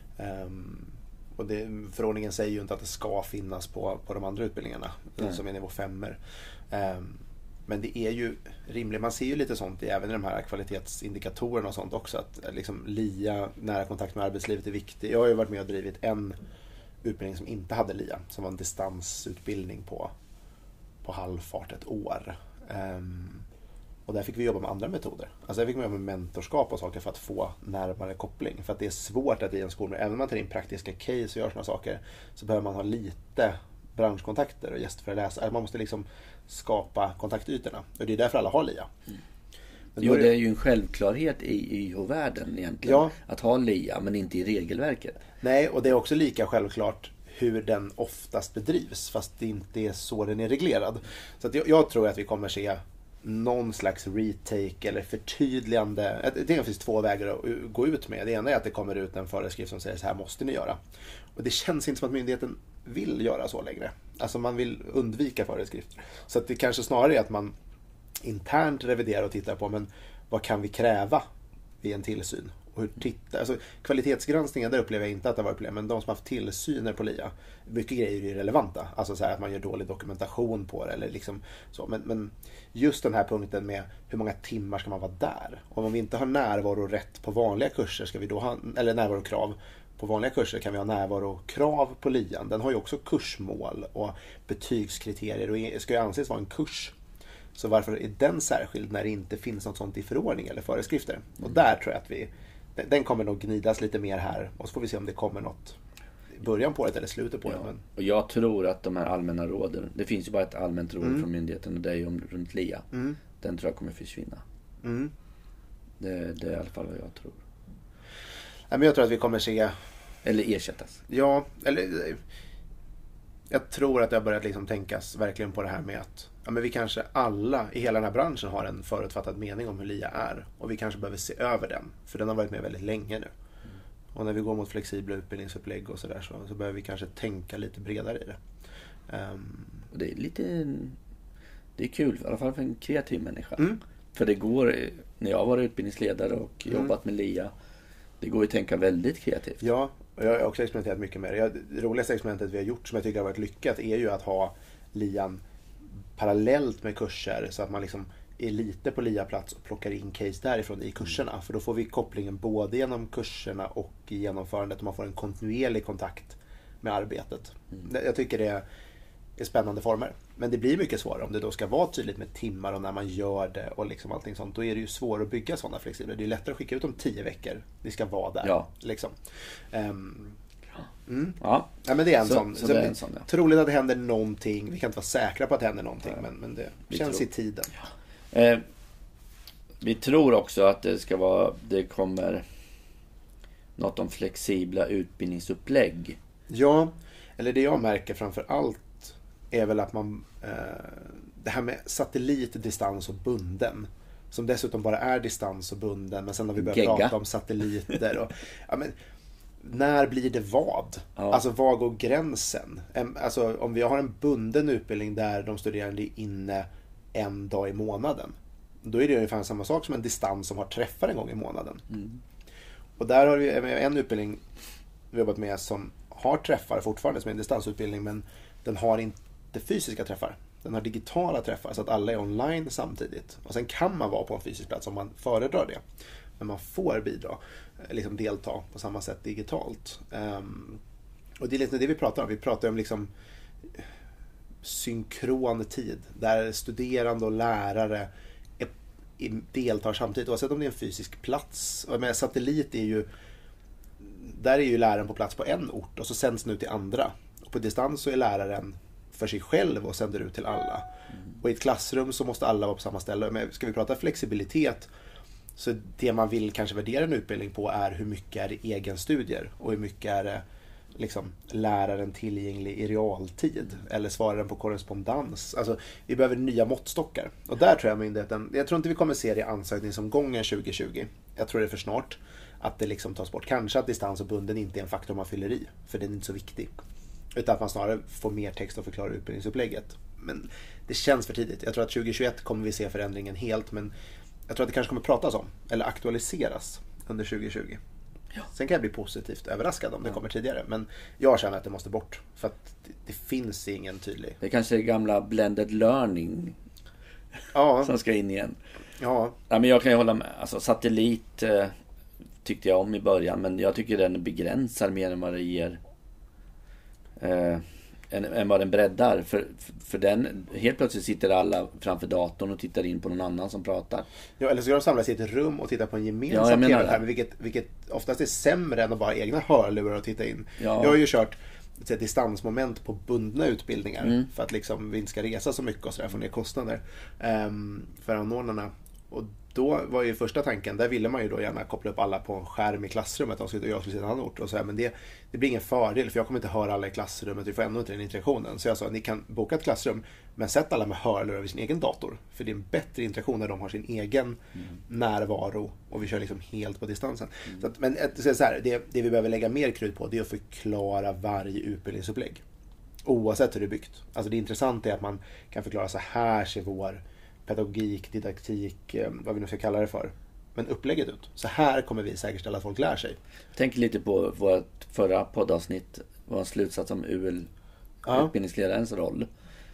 Um, och det, förordningen säger ju inte att det ska finnas på, på de andra utbildningarna, Nej. som är nivå fem. Um, men det är ju rimligt, man ser ju lite sånt i, även i de här kvalitetsindikatorerna och sånt också, att liksom L I A, nära kontakt med arbetslivet, är viktigt. Jag har ju varit med och drivit en utbildning som inte hade L I A, som var en distansutbildning på, på halvfart ett år. Um, och där fick vi jobba med andra metoder. Alltså där fick man jobba med mentorskap och saker för att få närmare koppling. För att det är svårt att i en skola, även om man tar in praktiska case och gör sådana saker, så behöver man ha lite branschkontakter och gästföreläsare. Man måste liksom skapa kontaktytorna. Och det är därför alla har L I A. Mm. Men Jo, är det är ju en självklarhet i Y H-världen egentligen. Ja. Att ha L I A, men inte i regelverket. Nej, och det är också lika självklart hur den oftast bedrivs, fast det inte är så den är reglerad. Så att jag, jag tror att vi kommer se någon slags retake eller förtydligande. Det finns två vägar att gå ut med. Det ena är att det kommer ut en föreskrift som säger så här måste ni göra. Och det känns inte som att myndigheten vill göra så längre. Alltså man vill undvika föreskrifter. Så att det kanske snarare är att man internt reviderar och tittar på, men vad kan vi kräva vid en tillsyn? Och hur titta, alltså, kvalitetsgranskningen, där upplever jag inte att det var problem, men de som har haft tillsyner på L I A, mycket grejer är relevanta. Alltså så här, att man gör dålig dokumentation på det eller liksom så. Men, men just den här punkten med hur många timmar ska man vara där? Och om vi inte har närvaro rätt på vanliga kurser, ska vi då ha, eller närvarokrav på vanliga kurser, kan vi ha närvarokrav på L I A. Den har ju också kursmål och betygskriterier och ska ju anses vara en kurs. Så varför är den särskild när det inte finns något sånt i förordning eller föreskrifter? Och där tror jag att vi, den kommer nog gnidas lite mer här, och så får vi se om det kommer något i början på det eller slutet på Ja. det. Men... Och jag tror att de här allmänna råden, det finns ju bara ett allmänt råd Mm. från myndigheten, och det är ju om, runt L I A. Mm. Den tror jag kommer försvinna. Mm. Det, det är i alla fall vad jag tror. Ja, men jag tror att vi kommer se, Eller ersättas. ja, eller jag tror att det har börjat liksom tänkas verkligen på det här med att ja, men vi kanske alla i hela den här branschen har en förutfattad mening om hur L I A är, och vi kanske behöver se över den, för den har varit med väldigt länge nu. Mm. Och när vi går mot flexibla utbildningsupplägg och sådär, så, så behöver vi kanske tänka lite bredare i det. Um... Och det är lite, det är kul, i alla fall för en kreativ människa. Mm. För det går, när jag har varit utbildningsledare och Mm. jobbat med L I A, det går ju att tänka väldigt kreativt. Ja, och jag har också experimenterat mycket med det. Jag, det roligaste experimentet vi har gjort som jag tycker har varit lyckat är ju att ha L I A parallellt med kurser, så att man liksom är lite på L I A-plats och plockar in case därifrån i kurserna. För då får vi kopplingen både genom kurserna och i genomförandet, och man får en kontinuerlig kontakt med arbetet. Mm. Jag tycker det är, är spännande former. Men det blir mycket svårare om det då ska vara tydligt med timmar och när man gör det och liksom allting sånt. Då är det ju svårare att bygga sådana flexibla. Det är lättare att skicka ut om tio veckor. Vi ska vara där. Ja. Liksom. Um, mm. Ja. Ja, men det är en Så- sån. så Så det är en sån, ja. Troligt att det händer någonting. Vi kan inte vara säkra på att det händer någonting, Nej. men, men det Vi känns tror. i tiden. Eh, vi tror också att det ska vara, det kommer något om flexibla utbildningsupplägg. Ja, eller det jag märker framför allt är väl att man eh, det här med satellit, distans och bunden, som dessutom bara är distans och bunden, men sen har vi börjat Gegga. prata om satelliter och ja, men när blir det vad? Ja. Alltså var går gränsen? Em, Alltså om vi har en bunden utbildning där de studerande är inne en dag i månaden, då är det ungefär samma sak som en distans som har träffar en gång i månaden. Mm. Och där har vi en utbildning vi jobbat med som har träffar fortfarande, som är en distansutbildning, men den har inte fysiska träffar. Den har digitala träffar, så att alla är online samtidigt. Och sen kan man vara på en fysisk plats om man föredrar det. Men man får bidra, liksom delta på samma sätt digitalt. Um, och det är lite det vi pratar om. Vi pratar om liksom synkron tid, där studerande och lärare är, är, deltar samtidigt, oavsett om det är en fysisk plats. Och med satellit är ju, där är ju läraren på plats på en ort och så sänds den ut till andra. Och på distans så är läraren för sig själv och sänder ut till alla. Mm. Och i ett klassrum så måste alla vara på samma ställe. Men ska vi prata flexibilitet, så det man vill kanske värdera en utbildning på är hur mycket är det egenstudier och hur mycket är det liksom läraren tillgänglig i realtid eller svarar den på korrespondens. Alltså vi behöver nya måttstockar. Och där tror jag myndigheten, jag tror inte vi kommer se det i ansökningsomgången tjugo tjugo. Jag tror det är för snart att det liksom tas bort. Kanske att distans och bunden inte är en faktor man fyller i, för den är inte så viktig. Utan att man snarare får mer text och förklara utbildningsupplägget. Men det känns för tidigt. Jag tror att tjugo tjugoett kommer vi se förändringen helt, men jag tror att det kanske kommer pratas om eller aktualiseras under tjugo tjugo. Ja. Sen kan jag bli positivt överraskad om det ja. kommer tidigare. Men jag känner att det måste bort. För att det, det finns ingen tydlig. Det är kanske är gamla blended learning ja. som ska in igen. Ja. Ja, men jag kan ju hålla med. Alltså, satellit eh, tyckte jag om i början. Men jag tycker den begränsar mer än vad det ger. Eh, än, än vad den breddar. För, för den, helt plötsligt sitter alla framför datorn och tittar in på någon annan som pratar. Ja, eller så ska de samlas i ett rum och titta på en gemensam ja, tv-skärm, vilket, vilket oftast är sämre än att bara ha egna hörlurar och titta in. Ja. Jag har ju kört ett distansmoment på bundna utbildningar mm. för att liksom vi inte ska resa så mycket och sådär, få ner kostnader um, för anordnarna. Och då var ju första tanken, där ville man ju då gärna koppla upp alla på en skärm i klassrummet och jag skulle sitta i en annan ort och säga, men det, det blir ingen fördel för jag kommer inte höra alla i klassrummet, vi får ändå inte den interaktionen. Så jag sa, ni kan boka ett klassrum men sätt alla med hörlurar vid sin egen dator, för det är en bättre interaktion när de har sin egen mm. närvaro och vi kör liksom helt på distansen. Mm. Så att, men så här, det, det vi behöver lägga mer krut på, det är att förklara varje utbildningsupplägg. Oavsett hur det är byggt. Alltså det intressanta är att man kan förklara, så här ser vår pedagogik, didaktik, vad vi nu ska kalla det för. Men upplägget ut. Så här kommer vi säkerställa att folk lär sig. Tänk lite på vårt förra poddavsnitt. Var en slutsats om U L, ja. utbildningsledarens roll.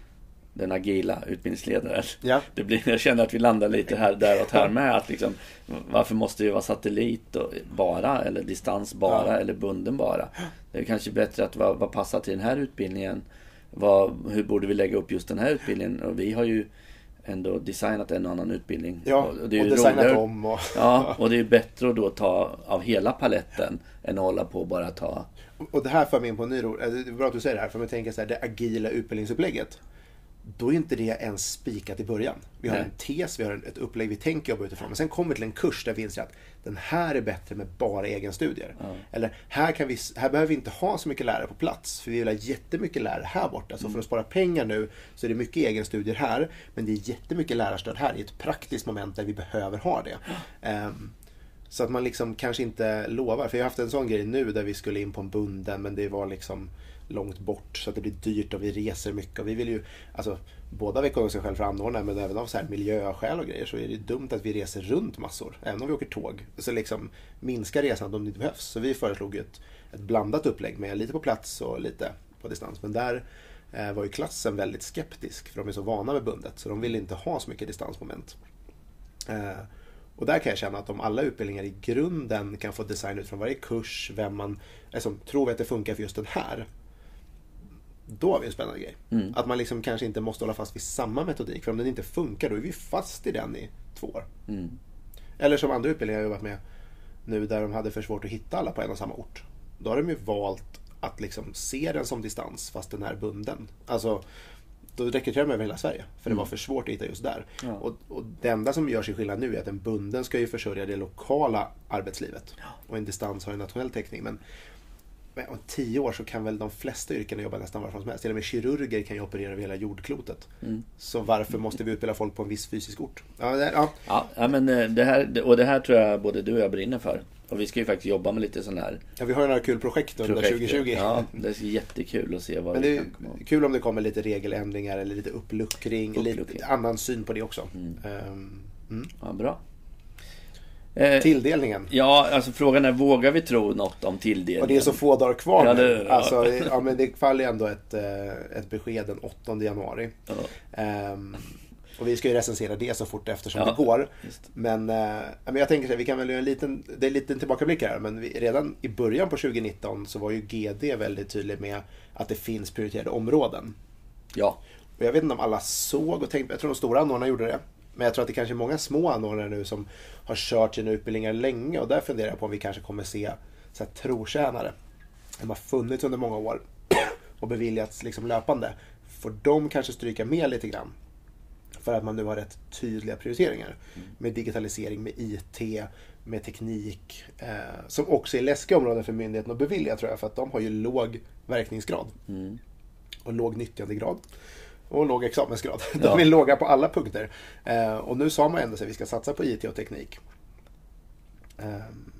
Den agila utbildningsledaren. Ja. Det blir, jag känner att vi landar lite här där och här med. Att liksom, varför måste det vara satellit och bara, eller distans bara, ja. eller bunden bara. Det är kanske bättre att vad, vad passar till den här utbildningen. Vad, hur borde vi lägga upp just den här utbildningen? Och vi har ju ändå designat en annan utbildning. Ja, och, det är och designat roligare. om. Och... Ja, och det är bättre att då ta av hela paletten än att hålla på och bara ta... Och det här för mig in på en ny ro. Det är bra att du säger det här, för man tänker så här, det agila utbildningsupplägget. Då är inte det ens spikat i början. Vi har Nej. en tes, vi har ett upplägg vi tänker jobba utifrån. Men sen kommer vi till en kurs där vi inser att den här är bättre med bara egenstudier. Ja. Eller här, kan vi, här behöver vi inte ha så mycket lärare på plats. För vi vill ha jättemycket lärare här borta. Så mm. för att spara pengar nu så är det mycket egenstudier här. Men det är jättemycket lärarstöd här. Det är ett praktiskt moment där vi behöver ha det. Ja. Um, så att man liksom kanske inte lovar. För jag har haft en sån grej nu där vi skulle in på en bunden. Men det var liksom... långt bort så att det blir dyrt och vi reser mycket och vi vill ju, alltså båda vi ekonomiska skäl för anordnare men även av så här miljöskäl och grejer så är det dumt att vi reser runt massor även om vi åker tåg, så liksom minska resan om det inte behövs. Så vi föreslog ett, ett blandat upplägg med lite på plats och lite på distans, men där eh, var ju klassen väldigt skeptisk för de är så vana med bundet så de vill inte ha så mycket distansmoment. Eh, Och där kan jag känna att om alla utbildningar i grunden kan få design ut från varje kurs, vem man alltså, tror att det funkar för just den här, då har vi en spännande grej. Mm. Att man liksom kanske inte måste hålla fast vid samma metodik, för om den inte funkar då är vi fast i den i två år. Mm. Eller som andra utbildningar jag har jobbat med nu där de hade för svårt att hitta alla på en och samma ort. Då har de ju valt att liksom se den som distans fast den är bunden. Alltså då rekryterar de över hela Sverige. För det var för svårt att hitta just där. Ja. Och, och det enda som gör sig skillnad nu är att en bunden ska ju försörja det lokala arbetslivet. Ja. Och en distans har en nationell täckning. Men om tio år så kan väl de flesta yrken jobba nästan varifrån som helst. Till och med kirurger kan ju operera över hela jordklotet. Mm. Så varför måste vi utbilda folk på en viss fysisk ort? Ja, det, ja. ja men det här, och det här tror jag både du och jag brinner för. Och vi ska ju faktiskt jobba med lite sån här... Ja, vi har ju några kul projekt under projekt. tjugo tjugo. Ja, det är jättekul att se vad Men vi det är kan komma. Kul om det kommer lite regeländringar eller lite uppluckring, uppluckring. Lite annan syn på det också. Mm. Um, mm. Ja, bra. Eh, Tilldelningen. Ja, alltså frågan är, vågar vi tro något om tilldelningen? Och det är så få dagar kvar ja, det, ja. Alltså, ja, men det faller ändå ett, ett besked den åttonde januari. Ja. Um, Och vi ska ju recensera det så fort eftersom ja, det går. Men, eh, men jag tänker att vi kan väl göra en liten, det är en liten tillbakablick här. Men vi, redan i början på tjugo nitton så var ju G D väldigt tydlig med att det finns prioriterade områden. Ja. Och jag vet inte om alla såg och tänkte, jag tror de stora anordnarna gjorde det. Men jag tror att det kanske är många små anordnare nu som har kört sina utbildningar länge. Och där funderar jag på om vi kanske kommer se så här trotjänare. De har funnits under många år och beviljats liksom löpande. får de kanske stryka med lite grann. För att man nu har rätt tydliga prioriteringar. Mm. Med digitalisering, med I T, med teknik. Eh, som också är läskiga områden för myndigheten att bevilja, tror jag. För att de har ju låg verkningsgrad. Mm. Och låg nyttjandegrad. Och låg examensgrad. De ja. är låga på alla punkter. Eh, och nu sa man ändå att vi ska satsa på I T och teknik. Eh,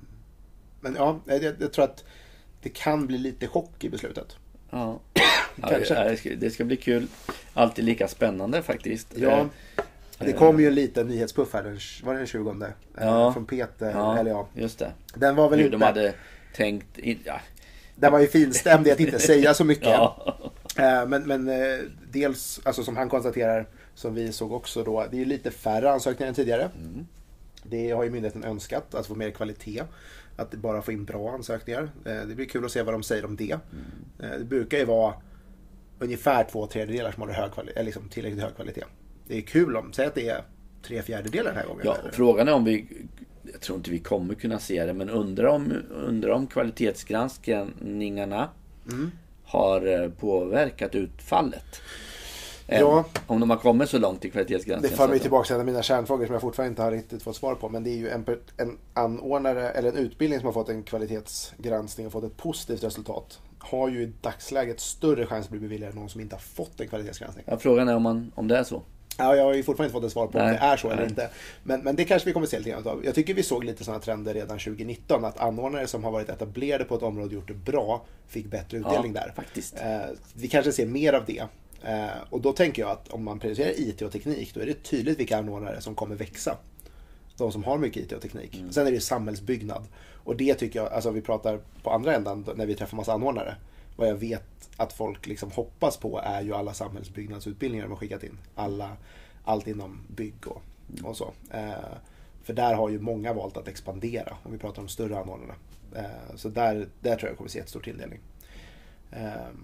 men ja, jag, jag tror att det kan bli lite chock i beslutet. Ja. Kanske. Ja, det, ska, det ska bli kul. Alltid lika spännande faktiskt. Ja, det kom ju en liten nyhetspuff här. Var det den tjugonde? Ja. Från Peter. Ja, eller ja. Just det. Den var väl Hur inte... de hade tänkt... Ja. Den var ju finstämd i att inte säga så mycket. Ja. Men, men dels, alltså som han konstaterar, som vi såg också då, det är ju lite färre ansökningar än tidigare. Mm. Det har ju myndigheten önskat, att få mer kvalitet. Att bara få in bra ansökningar. Det blir kul att se vad de säger om det. Mm. Det brukar ju vara ungefär två tredjedelar som har hög kvalitet, eller liksom tillräckligt hög kvalitet. Det är kul om, säg att det är tre fjärdedelar den här gången. Ja, frågan är om vi, jag tror inte vi kommer kunna se det, men undrar om, undrar om kvalitetsgranskningarna mm. har påverkat utfallet. Ja. Om de har kommit så långt i kvalitetsgranskningen. Det för mig tillbaka till en av mina kärnfrågor som jag fortfarande inte har riktigt fått svar på. Men det är ju en, en anordnare eller en utbildning som har fått en kvalitetsgranskning och fått ett positivt resultat. Har ju i dagsläget större chans att bli beviljad än någon som inte har fått en kvalitetsgranskning. Ja, frågan är om, man, om det är så. Ja, jag har ju fortfarande inte fått ett svar på Nej. om det är så Nej. eller inte. Men, men det kanske vi kommer att se lite grann av. Jag tycker vi såg lite sådana trender redan tjugonitton. Att anordnare som har varit etablerade på ett område och gjort det bra fick bättre utdelning ja, där. Faktiskt. Eh, vi kanske ser mer av det. Eh, och då tänker jag att om man prioriterar I T och teknik, då är det tydligt vilka anordnare som kommer växa. De som har mycket I T och teknik. Mm. Sen är det ju samhällsbyggnad. Och det tycker jag, alltså vi pratar på andra ändan när vi träffar massa anordnare. Vad jag vet att folk liksom hoppas på är ju alla samhällsbyggnadsutbildningar de har skickat in. Alla, allt inom bygg och, och så. Eh, för där har ju många valt att expandera, om vi pratar om större anordnarna. Eh, så där, där tror jag kommer se ett stor tilldelning. Eh,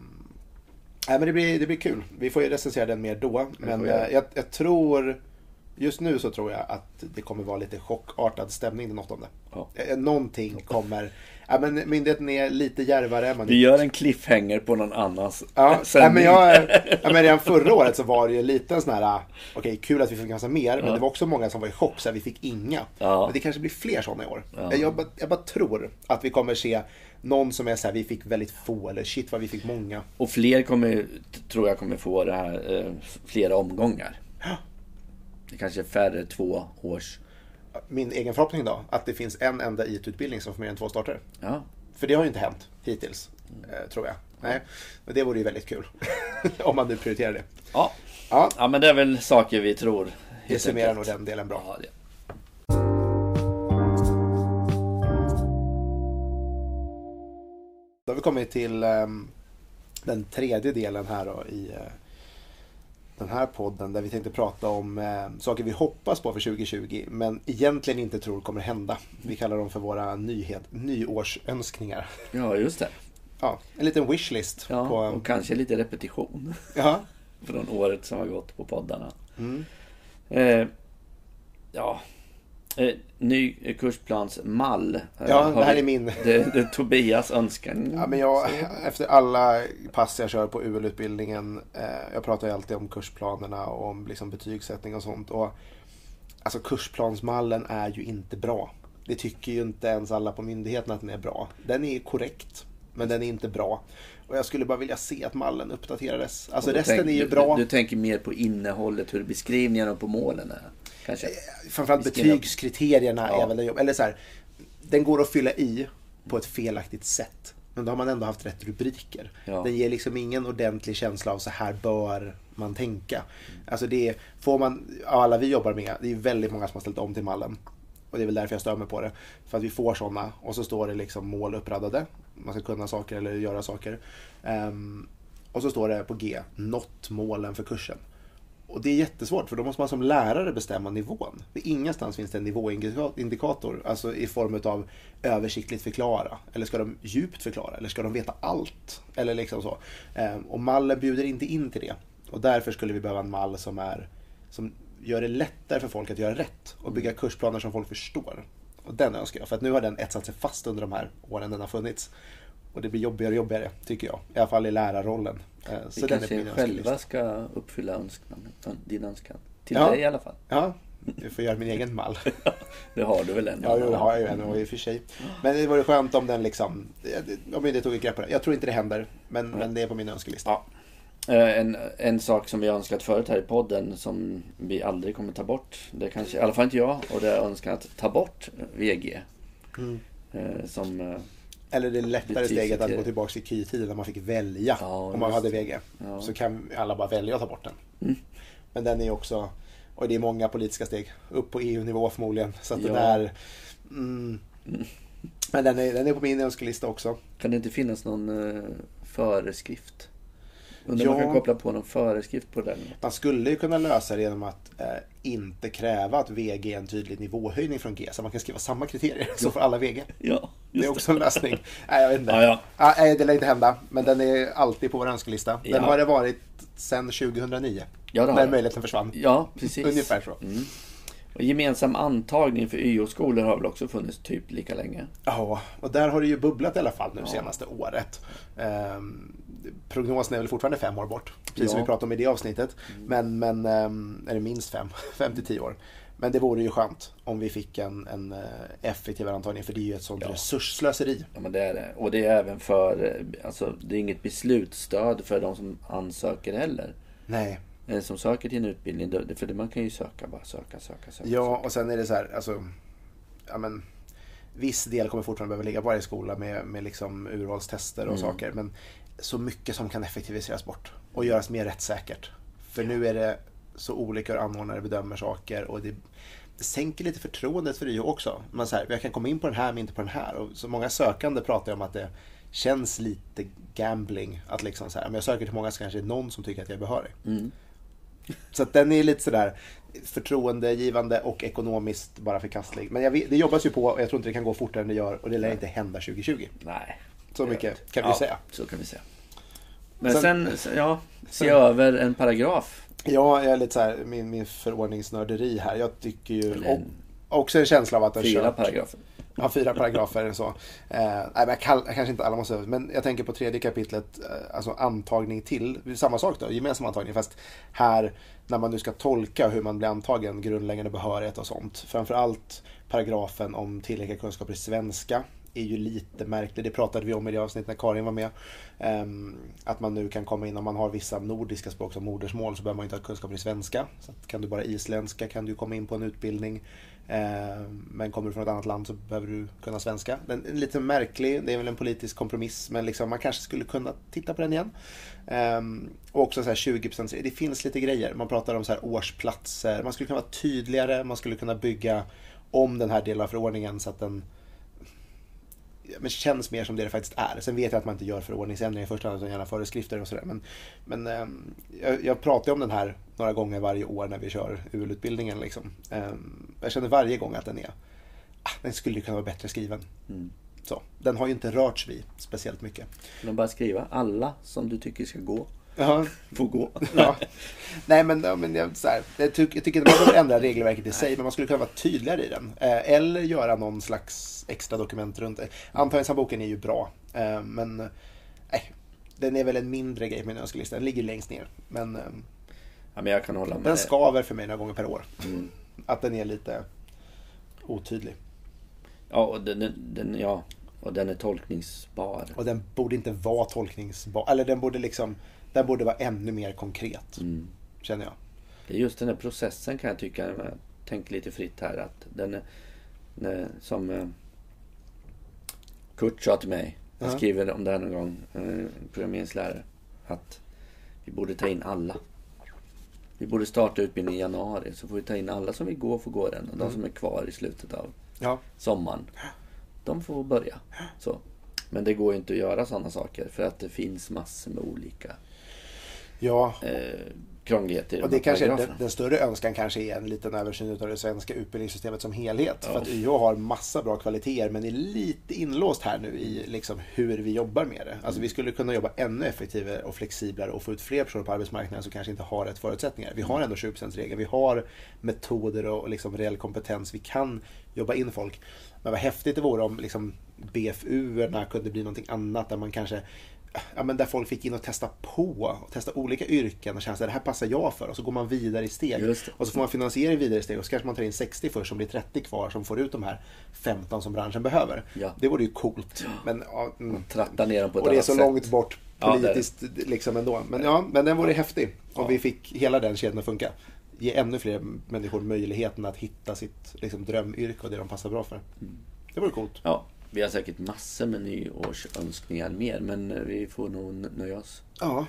Nej, men det blir, det blir kul. Vi får ju recensera den mer då. Men jag, jag, jag tror, just nu så tror jag att det kommer vara lite chockartad stämning den åttonde. Ja. Någonting kommer, ja, men myndigheten är lite djärvare. Man Vi gör en cliffhanger på någon annans ja, ja, men jag, ja, men redan förra året så var det ju lite en sån här, okej, okay, kul att vi fick ganska mer, ja. men det var också många som var i chock så vi fick inga. Ja. Men det kanske blir fler sådana i år. Ja. Jag, bara, jag bara tror att vi kommer se någon som är så här, vi fick väldigt få, eller shit vad vi fick många. Och fler kommer, tror jag kommer få det här, eh, flera omgångar. Ja. Det kanske är färre två års. Min egen förhoppning då, att det finns en enda I T-utbildning som får mer än två starter. Ja. För det har ju inte hänt hittills, eh, tror jag. Nej. Men det vore ju väldigt kul. Om man nu prioriterar det. Ja. Ja. Ja, men det är väl saker vi tror. Det summerar nog den delen bra. Ja, det. Då har vi kommit till um, den tredje delen här då, i uh, den här podden där vi tänkte prata om uh, saker vi hoppas på för tjugo tjugo men egentligen inte tror kommer hända. Vi kallar dem för våra nyhet, nyårsönskningar. Ja, just det. Ja, en liten wishlist. Ja, på, och kanske lite repetition. Ja. Från året som har gått på poddarna. Mm. Eh, ja... Eh, ny kursplansmall. Ja, det här är min. Det, det är Tobias önskan. Ja, men jag, efter alla pass jag kör på U L-utbildningen, eh, jag pratar ju alltid om kursplanerna och om liksom betygssättning och sånt. Och, alltså kursplansmallen är ju inte bra. Det tycker ju inte ens alla på myndigheten att den är bra. Den är korrekt, men den är inte bra. Och jag skulle bara vilja se att mallen uppdaterades. Alltså resten tänk, är ju bra. Du, du tänker mer på innehållet, hur beskrivningarna på målen är. Kanske. Framförallt betygskriterierna ja. är väl det jobb. Eller så här, den går att fylla i på ett felaktigt sätt. Men då har man ändå haft rätt rubriker. Ja. Den ger liksom ingen ordentlig känsla av så här bör man tänka. Alltså det är, får man, alla vi jobbar med, det är väldigt många som har ställt om till mallen. Och det är väl därför jag stör mig på det. För att vi får sådana och så står det liksom mål uppradade. Man ska kunna saker eller göra saker. Um, och så står det på G, nått målen för kursen. Och det är jättesvårt för då måste man som lärare bestämma nivån. För ingenstans finns det en nivåindikator, alltså i form av översiktligt förklara. Eller ska de djupt förklara? Eller ska de veta allt? Eller liksom så. Och mallen bjuder inte in till det. Och därför skulle vi behöva en mall som, är, som gör det lättare för folk att göra rätt. Och bygga kursplaner som folk förstår. Och den önskar jag. För att nu har den etsat sig fast under de här åren den har funnits. Och det blir jobbigare och jobbigare, tycker jag. I alla fall i lärarrollen. Så vi kanske själva ska uppfylla önskan, din önskan. Till ja. dig i alla fall. Ja, jag får göra min egen mall. Det har du väl ändå? Ja, det har jag ju ändå i och för sig. Men det vore skönt om den liksom, om det tog ett grepp på det. Jag tror inte det händer, men, mm. men det är på min önskelista. Ja. En, en sak som vi har önskat förut här i podden som vi aldrig kommer ta bort, det kanske, i alla fall inte jag, och det är önskan att ta bort V G. Mm. Som... Eller det lättare steget att gå tillbaka till K I-tiden när man fick välja ja, om man hade V G. Ja. Så kan alla bara välja att ta bort den. Mm. Men den är också, och det är många politiska steg, upp på E U-nivå förmodligen. Så att ja. den är... Mm, mm. Men den är, den är på min önskelista också. Kan det inte finnas någon uh, föreskrift? Undrar ja. man kan koppla på någon föreskrift på den. Man skulle ju kunna lösa det genom att eh, inte kräva att V G är en tydlig nivåhöjning från G. Så man kan skriva samma kriterier så för alla V G. Ja, det är också en lösning. Nej, jag vet inte. Ja, ja. Ah, nej, det lär inte hända. Men den är alltid på vår önskelista. Den ja. har det varit sedan tjugohundranio. Ja, det har när det. möjligheten försvann. Ja, precis. Ungefär så. Mm. Och gemensam antagning för Y O-skolor har väl också funnits typ lika länge. Ja, och där har det ju bubblat i alla fall nu ja. senaste året. Um, prognosen är väl fortfarande fem år bort. Precis ja. som vi pratade om i det avsnittet. Mm. Men, men um, är det minst fem, fem till tio år. Men det vore ju skönt om vi fick en, en effektivare antagning. För det är ju ett sånt ja. resursslöseri. Ja, men det är det. Och det är även för, alltså det är inget beslutsstöd för de som ansöker heller. Nej. Som söker till en utbildning, för man kan ju söka, bara söka, söka, söka. Ja, söka. Och sen är det så här, alltså, ja men, viss del kommer fortfarande behöva ligga på varje skola med, med liksom urvalstester och mm. saker, men så mycket som kan effektiviseras bort och göras mer rättssäkert. För ja. nu är det så olika hur anordnare bedömer saker och det, det sänker lite förtroendet för det också. Man säger, jag kan komma in på den här men inte på den här. Och så många sökande pratar om att det känns lite gambling att liksom så här, om jag söker till många så kanske det är någon som tycker att jag är behörig. Mm. Så att den är lite sådär förtroendegivande och ekonomiskt bara förkastlig. Men jag vet, det jobbas ju på och jag tror inte det kan gå fortare än det gör och det lär inte hända tjugo tjugo. Nej. Så mycket kan ja, vi säga. Så kan vi säga. Men sen, sen ja, se sen, över en paragraf. Ja, jag är lite så här, min, min förordningsnörderi här. Jag tycker ju och, också en känsla av att det fyra kört, paragrafer. Ja, fyra paragrafer eller så. Eh, nej, men jag, kall, kanske inte alla måste, men jag tänker på tredje kapitlet, eh, alltså antagning till, samma sak då, gemensam antagning, fast här när man nu ska tolka hur man blir antagen, grundläggande behörighet och sånt. Framförallt paragrafen om tillräckliga kunskaper i svenska är ju lite märklig. Det pratade vi om i det avsnitt när Karin var med. Um, att man nu kan komma in, om man har vissa nordiska språk som modersmål så behöver man inte ha kunskaper i svenska. Så att kan du bara isländska kan du komma in på en utbildning. Um, men kommer du från ett annat land så behöver du kunna svenska. Den är lite märklig, det är väl en politisk kompromiss, men liksom man kanske skulle kunna titta på den igen. Um, och också så här tjugo procent, det finns lite grejer. Man pratar om så här årsplatser, man skulle kunna vara tydligare, man skulle kunna bygga om den här delen av förordningen så att den men känns mer som det det faktiskt är. Sen vet jag att man inte gör förordningsändringar i första hand utan gärna föreskrifter och sådär. Men, men eh, jag, jag pratar om den här några gånger varje år när vi kör U L-utbildningen. Liksom. Eh, jag känner varje gång att den är ah, den skulle kunna vara bättre skriven. Mm. Så, den har ju inte rörts vid speciellt mycket. Men bara skriva alla som du tycker ska gå. Ja. Får gå. Ja. Nej men, men jag, så här, jag, tycker, jag tycker inte man behöver ändra regelverket i sig, men man skulle kunna vara tydligare i den. Eh, eller göra någon slags extra dokument runt det. Antagningshandboken är ju bra, eh, men eh, den är väl en mindre grej på min önskelista. Den ligger längst ner. Men, eh, ja, men jag kan hålla med. Den skaver för mig några gånger per år. Mm. Att den är lite otydlig. Ja, och den, den, ja, och den är tolkningsbar. Och den borde inte vara tolkningsbar. Eller den borde liksom Den borde vara ännu mer konkret, mm. känner jag. Det är just den här processen kan jag tycka, jag tänker lite fritt här, att den är, den är som eh, Kurt sa till mig, jag uh-huh. skriver om det här någon gång, eh, programmeringslärare, att vi borde ta in alla. Vi borde starta utbildningen i januari, så får vi ta in alla som vill gå får gå den, och de mm. som är kvar i slutet av ja. sommaren, de får börja. Så. Men det går ju inte att göra sådana saker för att det finns massor med olika ja. eh, krångligheter. Och det kanske den, den större önskan kanske är en liten översyn av det svenska utbildningssystemet som helhet. Ja. För att Y H har massa bra kvaliteter men är lite inlåst här nu i liksom hur vi jobbar med det. Alltså mm. vi skulle kunna jobba ännu effektivare och flexiblare och få ut fler personer på arbetsmarknaden som kanske inte har rätt förutsättningar. Vi har ändå tjugo procent-regeln, vi har metoder och liksom reell kompetens, vi kan jobba in folk. Men vad häftigt det vore om liksom B F U-erna kunde bli någonting annat där man kanske ja, men där folk fick in och testa på och testa olika yrken och känna att det här passar jag för och så går man vidare i steg och så får man finansiering vidare i steg och så kanske man tar in sextio först som blir trettio kvar som får ut de här femton som branschen behöver. Ja. Det vore ju coolt. Men, ja, mm. Tratta ner dem på ett och det är så sätt. långt bort politiskt ja, liksom ändå. Men ja, men den vore häftig om ja. vi fick hela den kedjan att funka. Ge ännu fler människor möjligheten att hitta sitt liksom, drömyrke och det de passar bra för. Mm. Det vore coolt. Ja, vi har säkert massor med nyårsönskningar mer, men vi får nog nöja oss. Ja.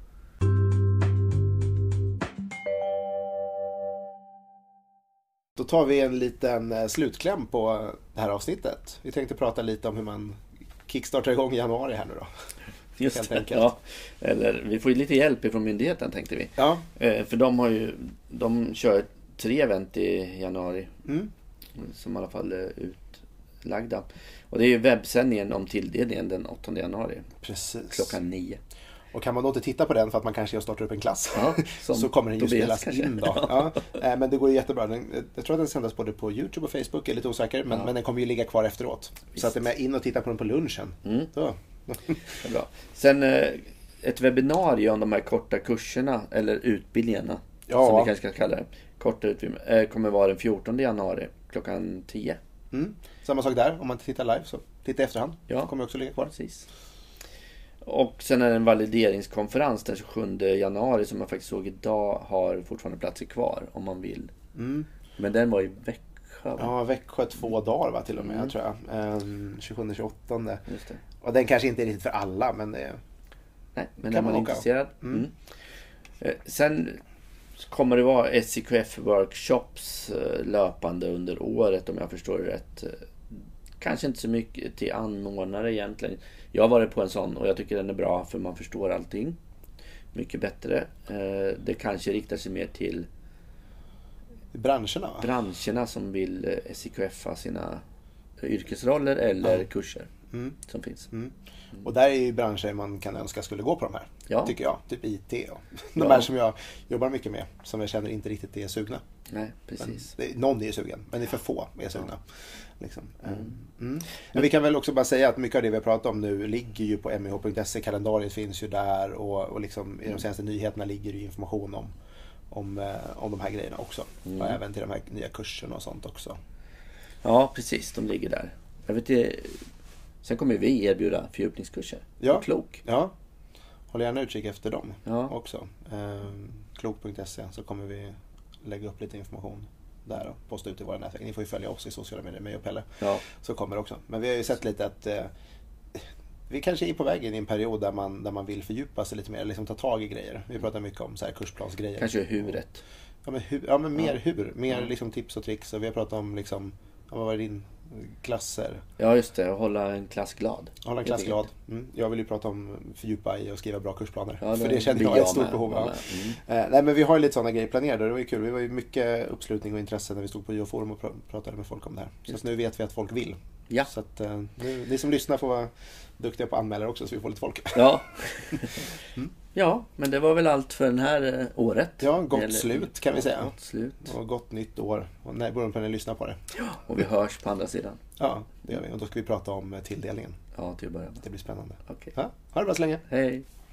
Då tar vi en liten slutkläm på det här avsnittet. Vi tänkte prata lite om hur man kickstartar igång i januari här nu då. Just det, ja. Eller vi får ju lite hjälp från myndigheten tänkte vi. Ja. Eh, för de har ju, de kör tre event i januari. Mm. Som i alla fall är utlagda. Och det är ju webbsändningen om tilldelningen den åttonde januari. Precis. Klockan nio. Och kan man då inte titta på den för att man kanske startar upp en klass ja, så kommer den ju spelas kanske. in då. Ja. Ja. Men det går ju jättebra. Jag tror att den sändas både på YouTube och Facebook, jag är lite osäker, men, ja. men den kommer ju ligga kvar efteråt. Visst. Så att det är med in och titta på den på lunchen. Mm. Så. Det är bra. Sen ett webbinarium om de här korta kurserna eller utbildningarna ja. som vi kanske ska kalla det. Korta utbildningar kommer vara den fjortonde januari klockan tio. Mm. Samma sak där, om man inte tittar live så titta i efterhand. Ja. Så kommer också ligga kvar. Precis. Och sen är det en valideringskonferens den tjugosjunde januari som jag faktiskt såg idag har fortfarande platser kvar om man vill. Mm. Men den var i Växjö. Va? Ja, Växjö två dagar va, till och med mm. tror jag. Um, tjugosjunde tjugoåttonde. Just det. Och den kanske inte är riktigt för alla, men det Nej, men kan är man, man intresserad. Mm. Mm. Eh, sen kommer det vara S C Q F-workshops eh, löpande under året om jag förstår det rätt. Kanske inte så mycket till anordnare egentligen. Jag har varit på en sån och jag tycker den är bra för man förstår allting mycket bättre. Eh, det kanske riktar sig mer till branscherna va? branscherna som vill S C Q F-a sina yrkesroller eller mm. kurser mm. som finns. Mm. Och där är ju branscher man kan önska skulle gå på de här, ja. tycker jag. Typ I T och de ja. här som jag jobbar mycket med, som jag känner inte riktigt är sugna. Nej, precis. Men, någon är ju sugen, men det är för få är sugna. Ja. Liksom. Mm. Mm. Men vi kan väl också bara säga att mycket av det vi har pratat om nu ligger ju på m e h punkt se. Kalendariet finns ju där och, och liksom i de senaste nyheterna ligger ju information om, om, om de här grejerna också. Mm. Och även till de här nya kurserna och sånt också. Ja, precis. De ligger där. Jag vet inte, sen kommer vi erbjuda fördjupningskurser. Ja. Klok. Ja. Håll gärna utkik efter dem ja. också. Ehm, klok punkt se så kommer vi lägga upp lite information där och posta ut i våra nätverk. Ni får ju följa oss i sociala medier, mig och Pelle. Ja. Så kommer det också. Men vi har ju sett lite att eh, vi kanske är på väg in i en period där man, där man vill fördjupa sig lite mer, liksom ta tag i grejer. Vi pratar mycket om så här kursplansgrejer. Kanske huret. Ja men, hu- ja, men mer ja. hur. Mer ja. liksom tips och tricks. Och vi har pratat om liksom, ja, vad var det din klasser? Ja just det, att hålla en klass glad. Hålla en klass glad. Mm. Jag vill ju prata om fördjupa i och skriva bra kursplaner. Ja, för det känner jag är ett stort med. behov av. Mm. Eh, nej men vi har ju lite sådana grejer planerade. Det var ju kul. Vi var ju mycket uppslutning och intresse när vi stod på Geoforum och pr- pratade med folk om det här. Så att nu vet vi att folk vill. Ja. Så att eh, nu, ni som lyssnar får vara duktiga på anmälare också så vi får lite folk. Ja. mm. Ja, men det var väl allt för den här eh, året. Ja, gott Eller, slut kan vi säga. Gott slut. Och gott nytt år. Och när börjar på när ni lyssnar på det. Ja, och vi hörs på andra sidan. Ja, det gör vi. Och då ska vi prata om tilldelningen. Ja, till att börja med. Det blir spännande. Okej. Ja, ha det bra så länge. Hej.